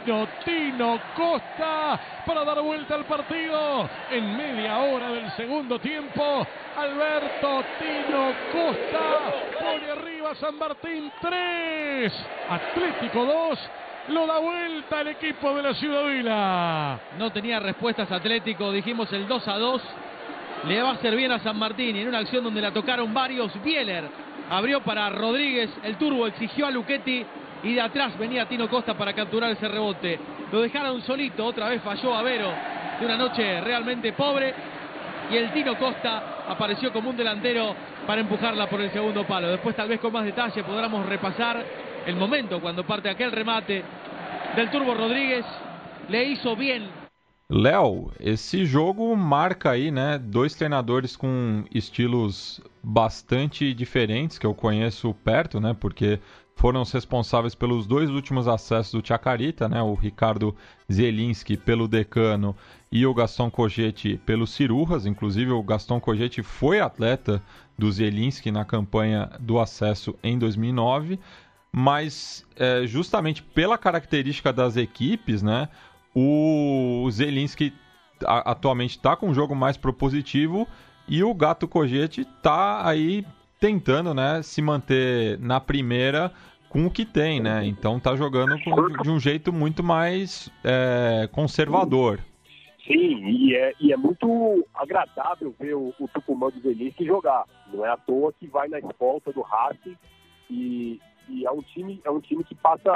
Costa para dar vuelta al partido en media hora del segundo tiempo. Alberto Tino Costa pone arriba San Martín 3, Atlético 2. Lo da vuelta el equipo de la Ciudadela. No tenía respuestas Atlético, dijimos el 2-2. Le va a hacer bien a San Martín y en una acción donde la tocaron varios. Bieler abrió para Rodríguez, el turbo exigió a Luchetti y de atrás venía Tino Costa para capturar ese rebote. Lo dejaron solito, otra vez falló Avero de una noche realmente pobre y el Tino Costa apareció como un delantero para empujarla por el segundo palo. Después tal vez con más detalle podamos repasar el momento cuando parte aquel remate del turbo Rodríguez. Le hizo bien. Léo, esse jogo marca aí, né, dois treinadores com estilos bastante diferentes, que eu conheço perto, né, porque foram os responsáveis pelos dois últimos acessos do Chacarita, né, o Ricardo Zielinski pelo Decano e o Gaston Cogete pelo Cirujas. Inclusive o Gaston Cogete foi atleta do Zielinski na campanha do acesso em 2009, mas justamente pela característica das equipes, né, o Zielinski atualmente está com um jogo mais propositivo E o Gato Kojeti tá aí tentando, né, se manter na primeira com o que tem, né? Então tá jogando de um jeito muito mais conservador. Sim, e é muito agradável ver o Tucumã do Zelinski jogar. Não é à toa que vai na escolta do Racing e é um time que passa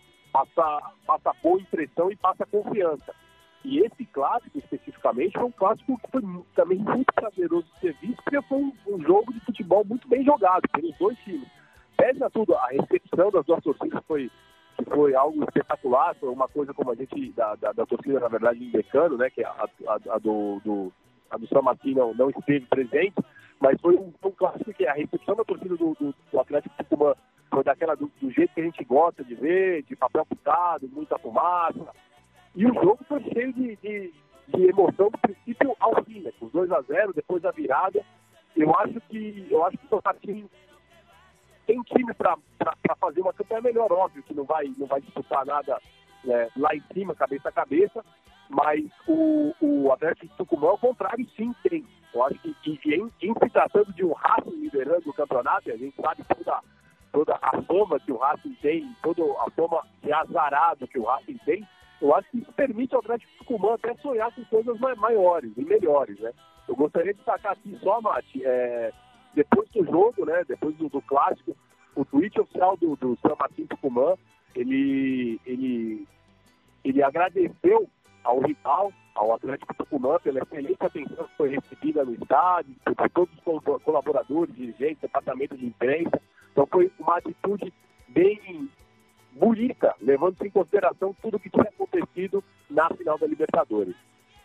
boa impressão e passa confiança. E esse clássico, especificamente, foi um clássico que foi também muito prazeroso de ser visto, porque foi um jogo de futebol muito bem jogado pelos dois times. Pese a tudo, a recepção das duas torcidas foi algo espetacular, foi uma coisa como a gente, da torcida, na verdade, em Decano, né, que a do São Martinho não esteve presente, mas foi um clássico que a recepção da torcida do Atlético Tucumã foi daquela do jeito que a gente gosta de ver, de papel picado, muita fumaça. E o jogo foi cheio de emoção do princípio ao fim, né? Com 2-0, depois da virada. Eu acho que o São Martinho tem time para fazer uma campanha melhor, óbvio que não vai disputar nada, né, lá em cima, cabeça a cabeça, mas o Atlético de Tucumã, ao contrário, sim tem. Eu acho que em se tratando de um Racing liderando o campeonato, a gente sabe toda a fama que o Racing tem, toda a fama de azarado que o Racing tem, eu acho que isso permite ao Atlético de Tucumã até sonhar com coisas maiores e melhores, né? Eu gostaria de destacar aqui só, Mati, depois do jogo, né, depois do clássico, o tweet oficial do São Martinho Tucumã, ele agradeceu ao rival, ao Atlético Tucumã, pela excelente atenção que foi recebida no estádio, por todos os colaboradores, dirigentes, departamento de imprensa. Então foi uma atitude bem bonita, levando-se em consideração tudo o que tinha acontecido na final da Libertadores.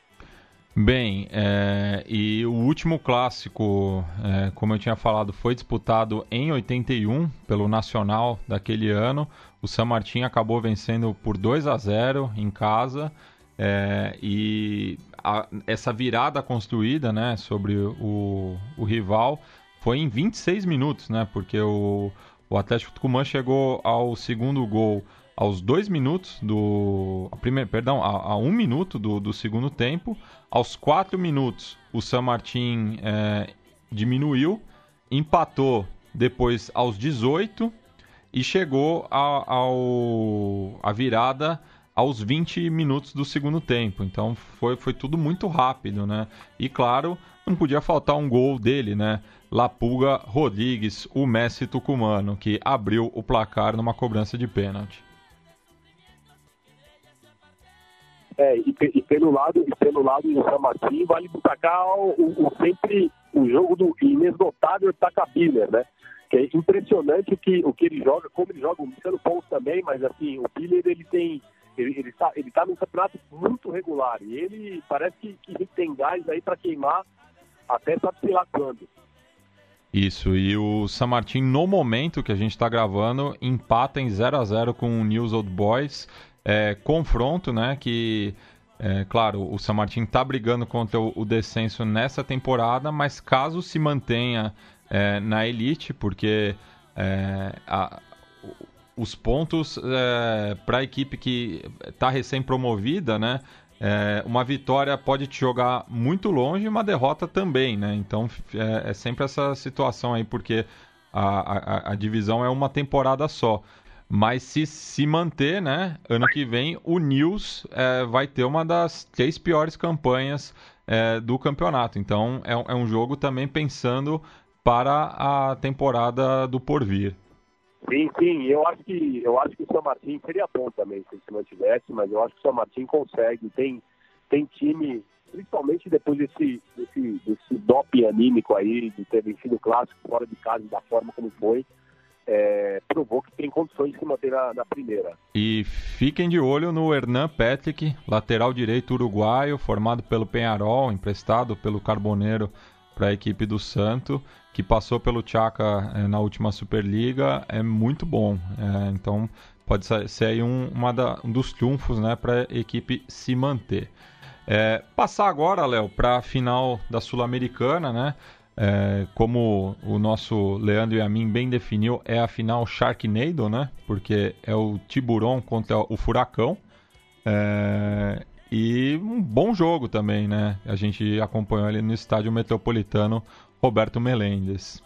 Bem, e o último clássico, como eu tinha falado, foi disputado em 81 pelo Nacional daquele ano. O San Martín acabou vencendo por 2-0 em casa, e essa virada construída, né, sobre o rival foi em 26 minutos, né, porque o Atlético Tucumã chegou ao segundo gol aos 2 minutos a 1 minuto do segundo tempo. Aos 4 minutos, o San Martín diminuiu, empatou depois aos 18 e chegou a virada aos 20 minutos do segundo tempo. Então foi tudo muito rápido, né? E claro, não podia faltar um gol dele, né? La Pulga Rodrigues, o Messi tucumano, que abriu o placar numa cobrança de pênalti. E pelo lado do São Martín, vale destacar sempre o jogo do inesgotável Takabiller, né? Que é impressionante o que ele joga, como ele joga, o Luciano Pons também, mas assim, o Biller, ele tá num campeonato muito regular, e ele parece que tem gás aí para queimar até sabe-se lá quando. Isso, e o San Martín, no momento que a gente está gravando, empata em 0-0 com o News Old Boys. Confronto, né, que, claro, o San Martín está brigando contra o descenso nessa temporada, mas caso se mantenha na elite, porque os pontos para a equipe que está recém-promovida, né, uma vitória pode te jogar muito longe e uma derrota também, né, então é sempre essa situação aí, porque a divisão é uma temporada só. Mas se manter, né, ano que vem, o News vai ter uma das 3 piores campanhas do campeonato. Então é um jogo também pensando para a temporada do porvir. Sim, eu acho que o São Martín seria bom também se ele mantivesse, mas eu acho que o São Martín consegue, tem time, principalmente depois desse doping anímico aí, de ter vencido o clássico fora de casa da forma como foi. Provou que tem condições de se manter na primeira. E fiquem de olho no Hernan Petric, lateral direito uruguaio, formado pelo Peñarol, emprestado pelo Carboneiro para a equipe do Santo, que passou pelo Chaca na última Superliga, é muito bom. Então pode ser aí um dos triunfos, né, para a equipe se manter. Passar agora, Léo, para a final da Sul-Americana, né? Como o nosso Leandro Yamin bem definiu, é a final Sharknado, né? Porque é o Tiburão contra o Furacão. E um bom jogo também, né? A gente acompanhou ali no estádio Metropolitano Roberto Meléndez.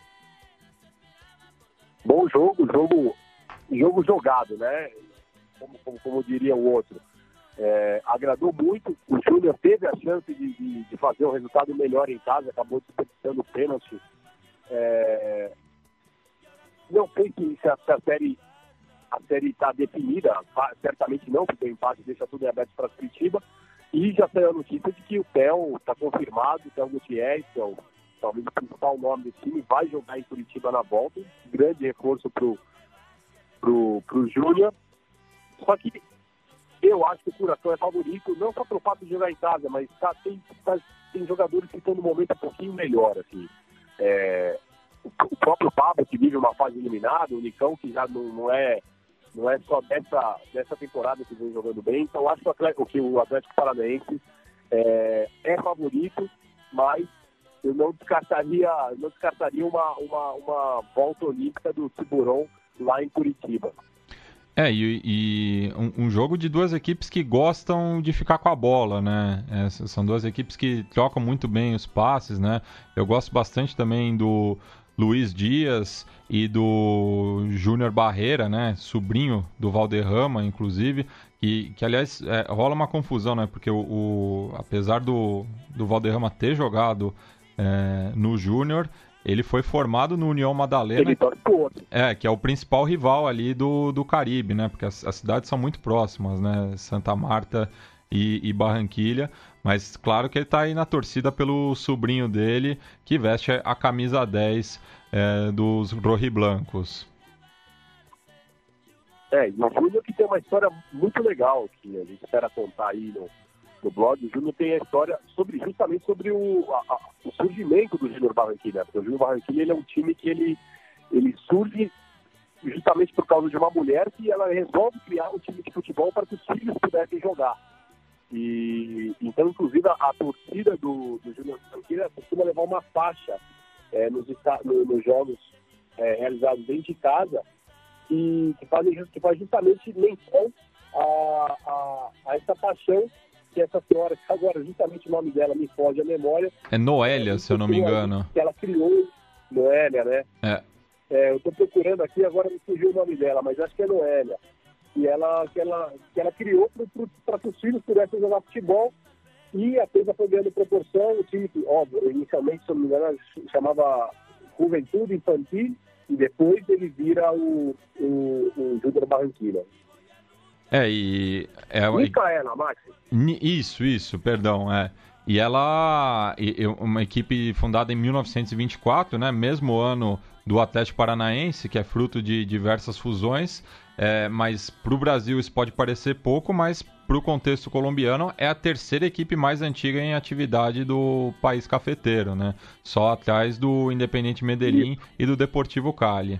Bom jogo jogado, né? Como diria o outro. Agradou muito. O Júnior teve a chance de fazer um resultado melhor em casa, acabou desperdiçando o pênalti. Não sei se a série está definida, certamente não, porque o empate deixa tudo em aberto para Curitiba. E já saiu a notícia de que o Theo está confirmado, o Theo Gutierrez, que é talvez o principal nome desse time, vai jogar em Curitiba na volta. Grande reforço pro Júnior. Só que eu acho que o Curaçao é favorito, não só pelo fato de jogar em casa, mas tem jogadores que estão no momento um pouquinho melhor, assim. O próprio Pablo, que vive uma fase eliminada, o Nicão, que já não é só dessa temporada que vem jogando bem. Então, acho que o Atlético Paranaense é favorito, mas eu não descartaria uma volta olímpica do Tiburão lá em Curitiba. E um jogo de duas equipes que gostam de ficar com a bola, né? São duas equipes que trocam muito bem os passes, né? Eu gosto bastante também do Luiz Dias e do Júnior Barreira, né? Sobrinho do Valderrama, inclusive, que aliás, rola uma confusão, né? Porque apesar do Valderrama ter jogado no Júnior, ele foi formado no União Madalena, que é o principal rival ali do Caribe, né? Porque as cidades são muito próximas, né? Santa Marta e Barranquilha. Mas claro que ele está aí na torcida pelo sobrinho dele, que veste a camisa 10 dos rojiblancos. E o Júnior que tem uma história muito legal, que a gente espera contar aí no blog. O Júnior tem a história justamente sobre o surgimento do Júnior Barranquilla. Porque o Júnior Barranquilla, ele é um time que ele surge justamente por causa de uma mulher que ela resolve criar um time de futebol para que os filhos pudessem jogar. E então, inclusive, a torcida do Júnior Barranquilla costuma levar uma faixa nos jogos realizados dentro de casa, que faz justamente menção a essa paixão que essa senhora, que agora justamente o nome dela me foge à memória. É Noélia, se eu não me engano. Que ela criou, Noélia, né? Eu estou procurando aqui, agora me fugiu o nome dela, mas acho que é Noélia. Que ela criou para que os filhos pudessem jogar futebol, e a coisa foi ganhando proporção. O time, óbvio, inicialmente, se eu não me engano, chamava Juventude Infantil, e depois ele vira o Júnior Barranquilla. Micaela, Max. Isso, perdão. E ela uma equipe fundada em 1924, né? Mesmo ano do Atlético Paranaense, que é fruto de diversas fusões. Mas para o Brasil isso pode parecer pouco, mas para o contexto colombiano é a terceira equipe mais antiga em atividade do país cafeteiro, né? Só atrás do Independiente Medellín e do Deportivo Cali.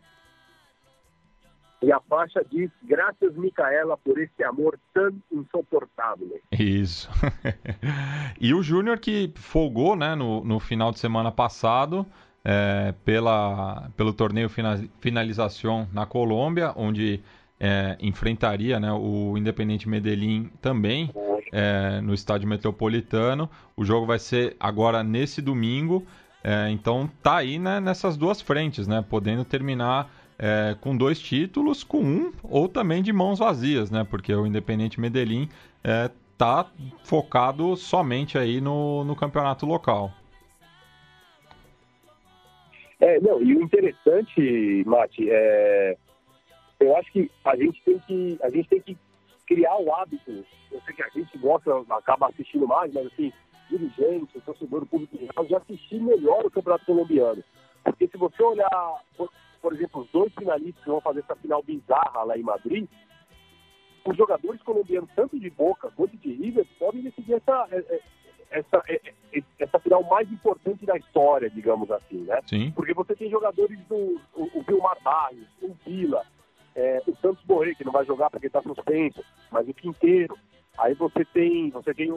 E a faixa diz: graças, Micaela, por esse amor tão insuportável. Isso. E o Júnior, que folgou, né, no final de semana passado, pelo torneio Finalização na Colômbia, onde enfrentaria, né, o Independiente Medellín também no estádio Metropolitano. O jogo vai ser agora nesse domingo, então tá aí, né, nessas duas frentes, né, podendo terminar com 2 títulos, com um ou também de mãos vazias, né, porque o Independiente Medellín tá focado somente aí no campeonato local. E o interessante, Mati, eu acho que a gente tem que criar o hábito. Eu sei que a gente gosta, acaba assistindo mais, mas assim, dirigente, torcedor público em geral, de assistir melhor o campeonato colombiano. Porque se você olhar, por exemplo, os 2 finalistas que vão fazer essa final bizarra lá em Madrid, os jogadores colombianos, tanto de Boca quanto de River, podem decidir essa final mais importante da história, digamos assim, né? Sim. Porque você tem jogadores o Vilmar Barros, o Vila, o Santos Borré, que não vai jogar porque está suspenso, mas o Quinteiro. Aí você tem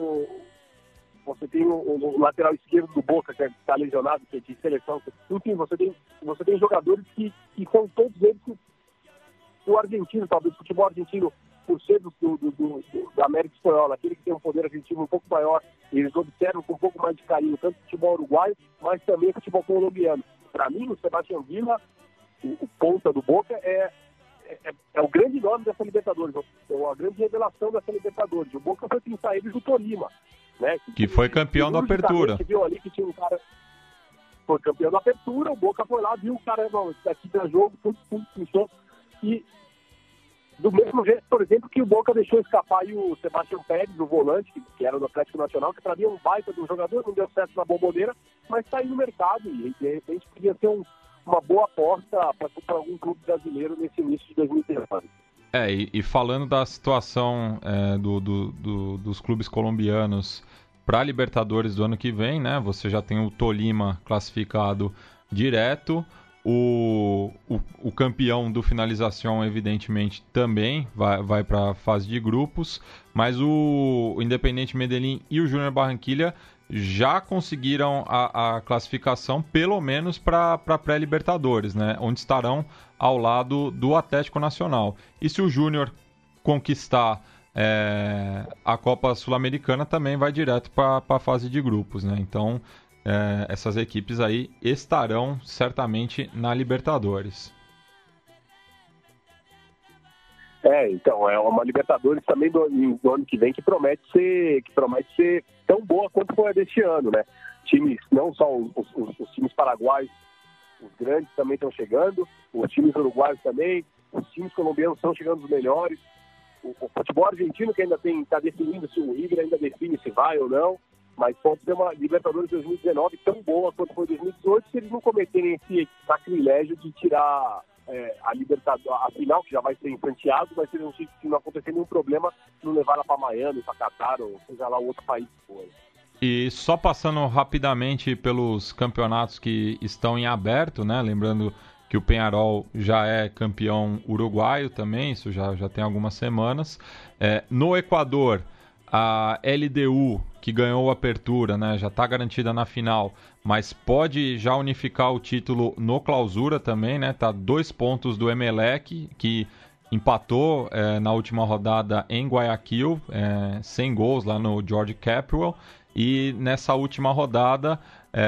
o lateral esquerdo do Boca, que está lesionado, que é de seleção. Enfim, você tem jogadores que são todos eles que o argentino, talvez o futebol argentino por ser da América Espanhola, aquele que tem um poder aquisitivo um pouco maior, eles observam com um pouco mais de carinho tanto o futebol uruguaio, mas também o futebol colombiano. Para mim, o Sebastián Villa, o ponta do Boca, é o grande nome dessa Libertadores, a grande revelação dessa Libertadores. O Boca foi pintar ele do Tolima, né? Que foi campeão da Apertura. Viu ali que tinha um cara... Foi campeão da Apertura, o Boca foi lá, viu o cara, não, daqui para jogo, tudo funcionou. E do mesmo jeito, por exemplo, que o Boca deixou escapar aí o Sebastián Pérez, o volante, que era do Atlético Nacional, que para mim é um baita do jogador, não deu certo na Bomboneira, mas está aí no mercado e de repente podia ser uma boa aposta para algum clube brasileiro nesse início de 2019. E falando da situação dos clubes colombianos para a Libertadores do ano que vem, né? Você já tem o Tolima classificado direto, o campeão do Finalização, evidentemente, também vai para a fase de grupos, mas o Independiente Medellín e o Júnior Barranquilla já conseguiram a classificação, pelo menos para a pré-Libertadores, né? Onde estarão ao lado do Atlético Nacional. E se o Júnior conquistar a Copa Sul-Americana, também vai direto para a fase de grupos, né? Então, essas equipes aí estarão certamente na Libertadores. Então, é uma Libertadores também do ano que vem que promete ser tão boa quanto foi a deste ano, né? Times, não só os times paraguaios, os grandes também estão chegando, os times uruguaios também, os times colombianos estão chegando os melhores. O futebol argentino que ainda está definindo se o River ainda define se vai ou não, mas pode ser uma Libertadores 2019 tão boa quanto foi 2018 se eles não cometerem esse sacrilégio de tirar a Libertadores, a final, que já vai ser em Santiago, mas se não acontecer nenhum problema, não levar ela para Miami, para Catar, ou seja lá outro país que for. E só passando rapidamente pelos campeonatos que estão em aberto, né? Lembrando que o Peñarol já é campeão uruguaio também, isso já tem algumas semanas. No Equador, a LDU, que ganhou a Apertura, né, já está garantida na final, mas pode já unificar o título no Clausura também, né? Tá 2 pontos do Emelec, que empatou na última rodada em Guayaquil, sem gols lá no George Capwell, e nessa última rodada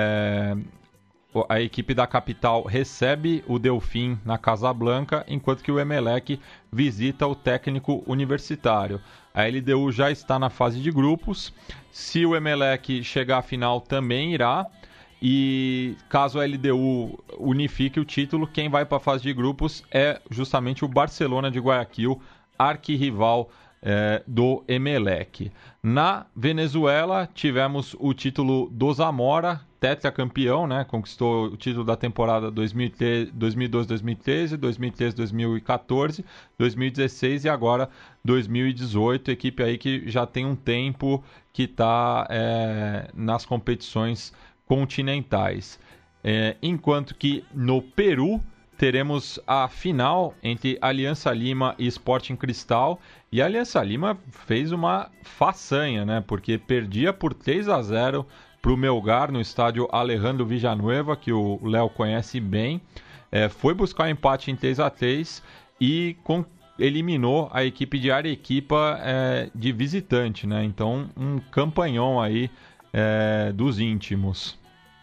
a equipe da capital recebe o Delfim na Casablanca, enquanto que o Emelec visita o Técnico Universitário. A LDU já está na fase de grupos. Se o Emelec chegar à final, também irá. E caso a LDU unifique o título, quem vai para a fase de grupos é justamente o Barcelona de Guayaquil, arquirrival do Emelec. Na Venezuela, tivemos o título do Zamora, tetracampeão, né? Conquistou o título da temporada 2012-2013, 2013-2014, 2016 e agora 2018. Equipe aí que já tem um tempo que está nas competições continentais. Enquanto que no Peru teremos a final entre Aliança Lima e Sporting Cristal. E a Aliança Lima fez uma façanha, né? Porque perdia por 3-0 para o Melgar no estádio Alejandro Villanueva, que o Léo conhece bem. Foi buscar um empate em 3-3 e eliminou a equipe de Arequipa de visitante, né? Então, um campanhão aí dos íntimos.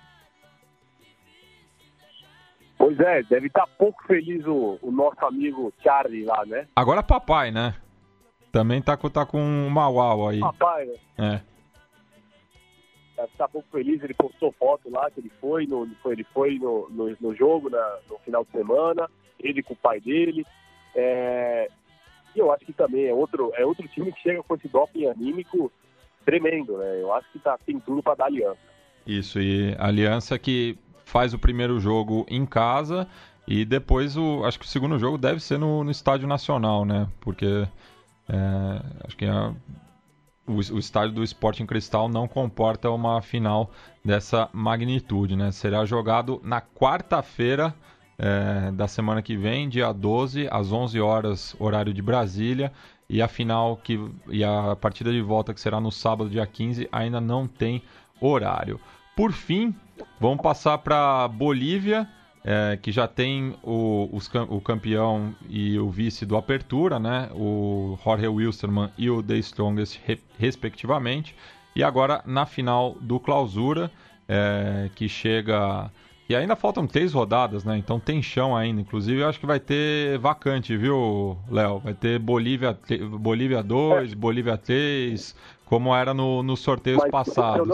Pois deve estar pouco feliz o nosso amigo Charlie lá, né? Agora papai, né? Também tá com um Mauau aí. Papai, né? Deve estar pouco feliz, ele postou foto lá que ele foi no jogo no final de semana, ele com o pai dele. E eu acho que também é outro time que chega com esse doping anímico tremendo, né? Eu acho que tem tudo para dar Aliança. Isso, e a Aliança que faz o primeiro jogo em casa e depois acho que o segundo jogo deve ser no Estádio Nacional, né? Porque acho que o estádio do Sporting Cristal não comporta uma final dessa magnitude, né? Será jogado na quarta-feira da semana que vem, dia 12, às 11 horas, horário de Brasília, e a final e a partida de volta, que será no sábado, dia 15, ainda não tem horário. Por fim, vamos passar para Bolívia, que já tem o campeão e o vice do Apertura, né? O Jorge Wilstermann e o The Strongest, respectivamente. E agora na final do Clausura, que chega... E ainda faltam 3 rodadas, né? Então tem chão ainda. Inclusive, eu acho que vai ter vacante, viu, Léo? Vai ter Bolívia 2, Bolívia 3, como era nos sorteios passados. Se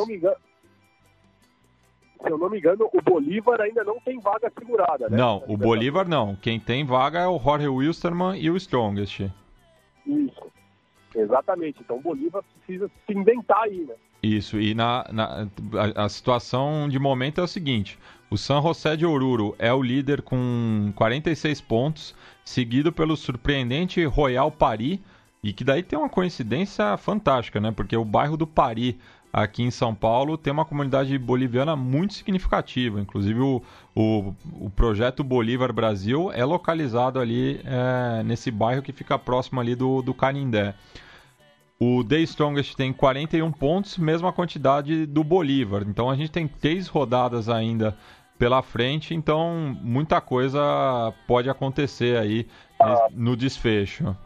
eu não me engano, o Bolívar ainda não tem vaga segurada, né? Não, o Bolívar não. Quem tem vaga é o Jorge Wilstermann e o Strongest. Isso, exatamente. Então o Bolívar precisa se inventar aí, né? Isso, e a situação de momento é o seguinte: o San José de Oruro é o líder com 46 pontos, seguido pelo surpreendente Royal Paris, e que daí tem uma coincidência fantástica, né? Porque o bairro do Paris, aqui em São Paulo, tem uma comunidade boliviana muito significativa. Inclusive o projeto Bolívar Brasil é localizado ali nesse bairro que fica próximo ali do Canindé. O The Strongest tem 41 pontos, mesma quantidade do Bolívar. Então a gente tem 3 rodadas ainda pela frente, então muita coisa pode acontecer aí no desfecho.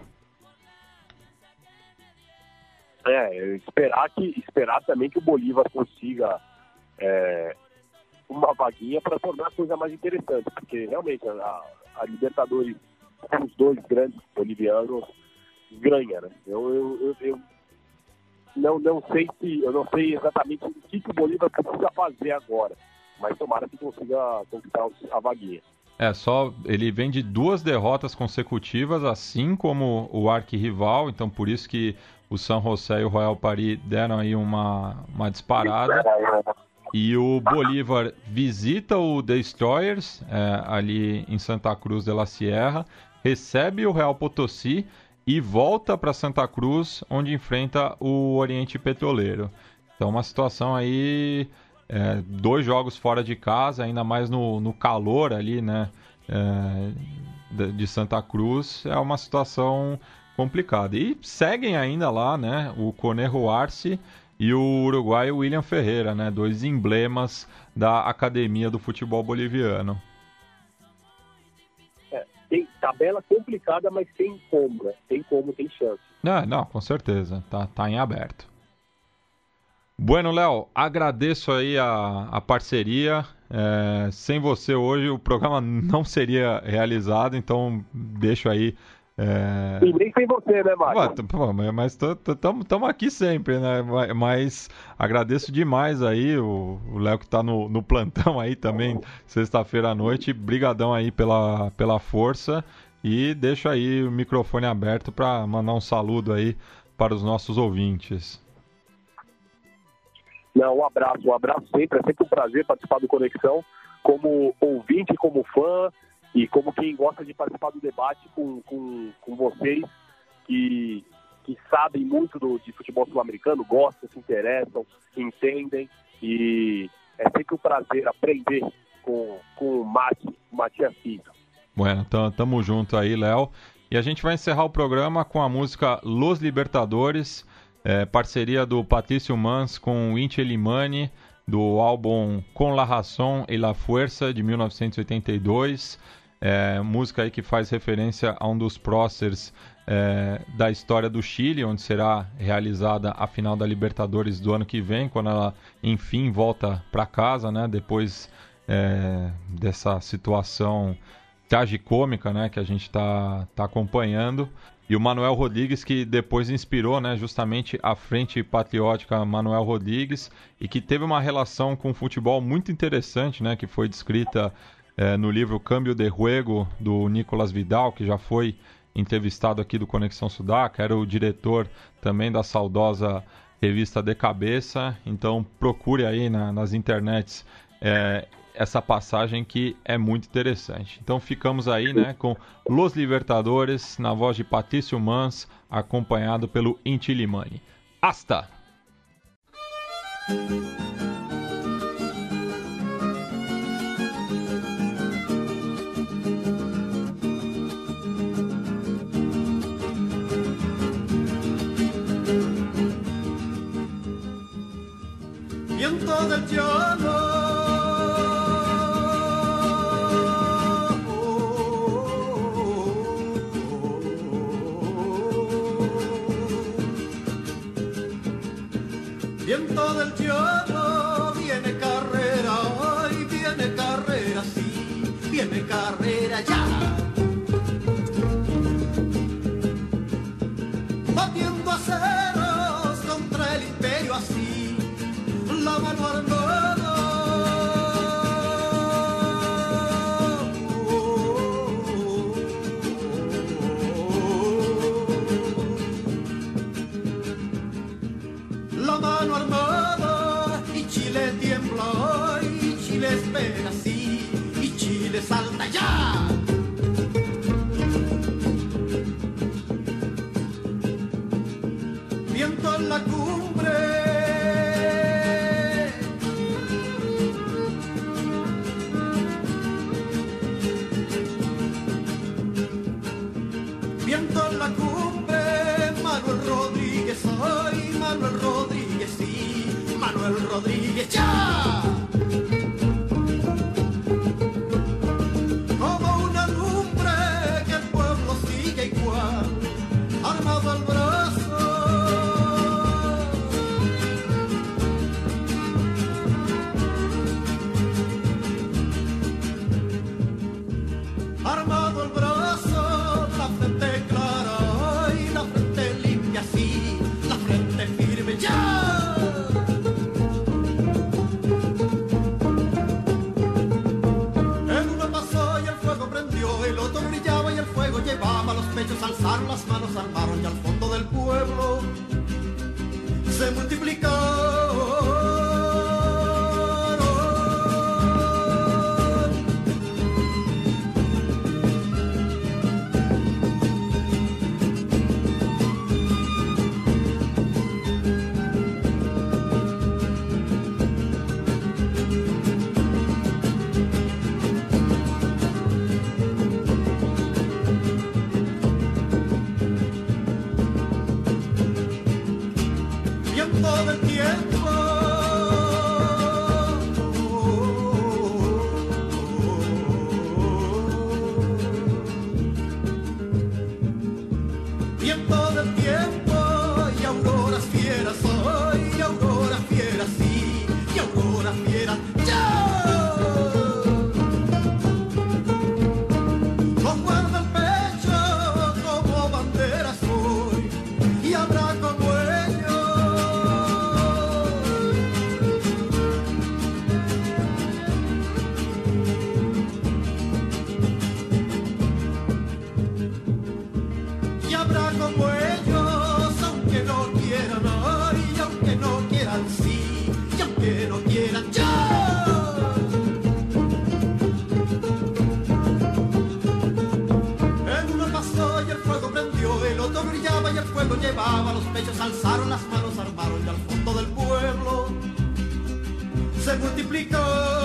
Esperar também que o Bolívar consiga uma vaguinha para tornar a coisa mais interessante, porque realmente a Libertadores, os 2 grandes bolivianos, ganha, né? Eu não sei exatamente o que o Bolívar precisa fazer agora, mas tomara que consiga conquistar a vaguinha. Ele vem de 2 derrotas consecutivas, assim como o arquirrival, então por isso que o San José e o Royal Paris deram aí uma disparada. E o Bolívar visita o Destroyers ali em Santa Cruz de la Sierra, recebe o Real Potosí e volta para Santa Cruz, onde enfrenta o Oriente Petroleiro. Então uma situação aí, 2 jogos fora de casa, ainda mais no calor ali, né, de Santa Cruz, é uma situação complicada. E seguem ainda lá, né, o Conejo Arce e o uruguaio William Ferreira, né, 2 emblemas da Academia do Futebol Boliviano. Tem tabela complicada, mas tem como, né? Tem chance. Não, com certeza. Tá em aberto. Bueno, Léo, agradeço aí a parceria. Sem você hoje o programa não seria realizado, então deixo aí... E nem sem você, né, Márcio? Mas estamos aqui sempre, né? Mas agradeço demais aí o Léo que está no plantão aí também, sexta-feira à noite. Brigadão aí pela força e deixo aí o microfone aberto para mandar um saludo aí para os nossos ouvintes. Não, um abraço sempre. É sempre um prazer participar do Conexão como ouvinte, como fã, e como quem gosta de participar do debate com vocês que sabem muito de futebol sul-americano, gostam, se interessam, entendem, e é sempre um prazer aprender com o Matias Pinto. Bueno, tamo junto aí, Léo. E a gente vai encerrar o programa com a música Los Libertadores, parceria do Patricio Mans com o Inti Illimani, do álbum Con la Razón y la Fuerza, de 1982. Música aí que faz referência a um dos próceres da história do Chile, onde será realizada a final da Libertadores do ano que vem, quando ela enfim volta para casa, né, depois dessa situação tragicômica, né, que a gente tá acompanhando. E o Manuel Rodrigues, que depois inspirou, né, justamente a Frente Patriótica Manuel Rodrigues, e que teve uma relação com o futebol muito interessante, né, que foi descrita no livro Cambio de Juego, do Nicolas Vidal, que já foi entrevistado aqui do Conexão Sudaca, era o diretor também da saudosa revista De Cabeça. Então procure aí nas internets essa passagem que é muito interessante. Então ficamos aí, né, com Los Libertadores, na voz de Patricio Mans, acompanhado pelo Inti Illimani. Hasta! Viento del llano, Viento del llano, viene carrera, hoy viene carrera, sí, viene carrera ya. Batiendo aceros contra el imperio así, la mano armada. La mano armada y Chile tiembla y Chile espera sí y Chile salta ya. Viento en la cumbre, viento en la cumbre, Manuel Rodríguez, ay, Manuel Rodríguez, sí, Manuel Rodríguez, ya. Como una lumbre que el pueblo sigue igual, armado al brazo. Armado el brazo, la frente clara y la frente limpia, sí, la frente firme, ya. El uno pasó y el fuego prendió, el otro brillaba y el fuego llevaba los pechos, alzaron las manos, armaron y al fondo del pueblo se multiplicaron. Viento del tiempo, viento del tiempo y auroras fieras, hoy auroras fieras, sí, y auroras fieras, ya. Los guarda el pecho como banderas hoy y habrá como ellos. Y habrá como ellos, aunque no quieran, ay, y aunque no quieran, sí, y aunque no quieran, ya. El uno pasó y el fuego prendió, el otro brillaba y el fuego llevaba los pechos, alzaron las manos, armaron y al fondo del pueblo se multiplicó.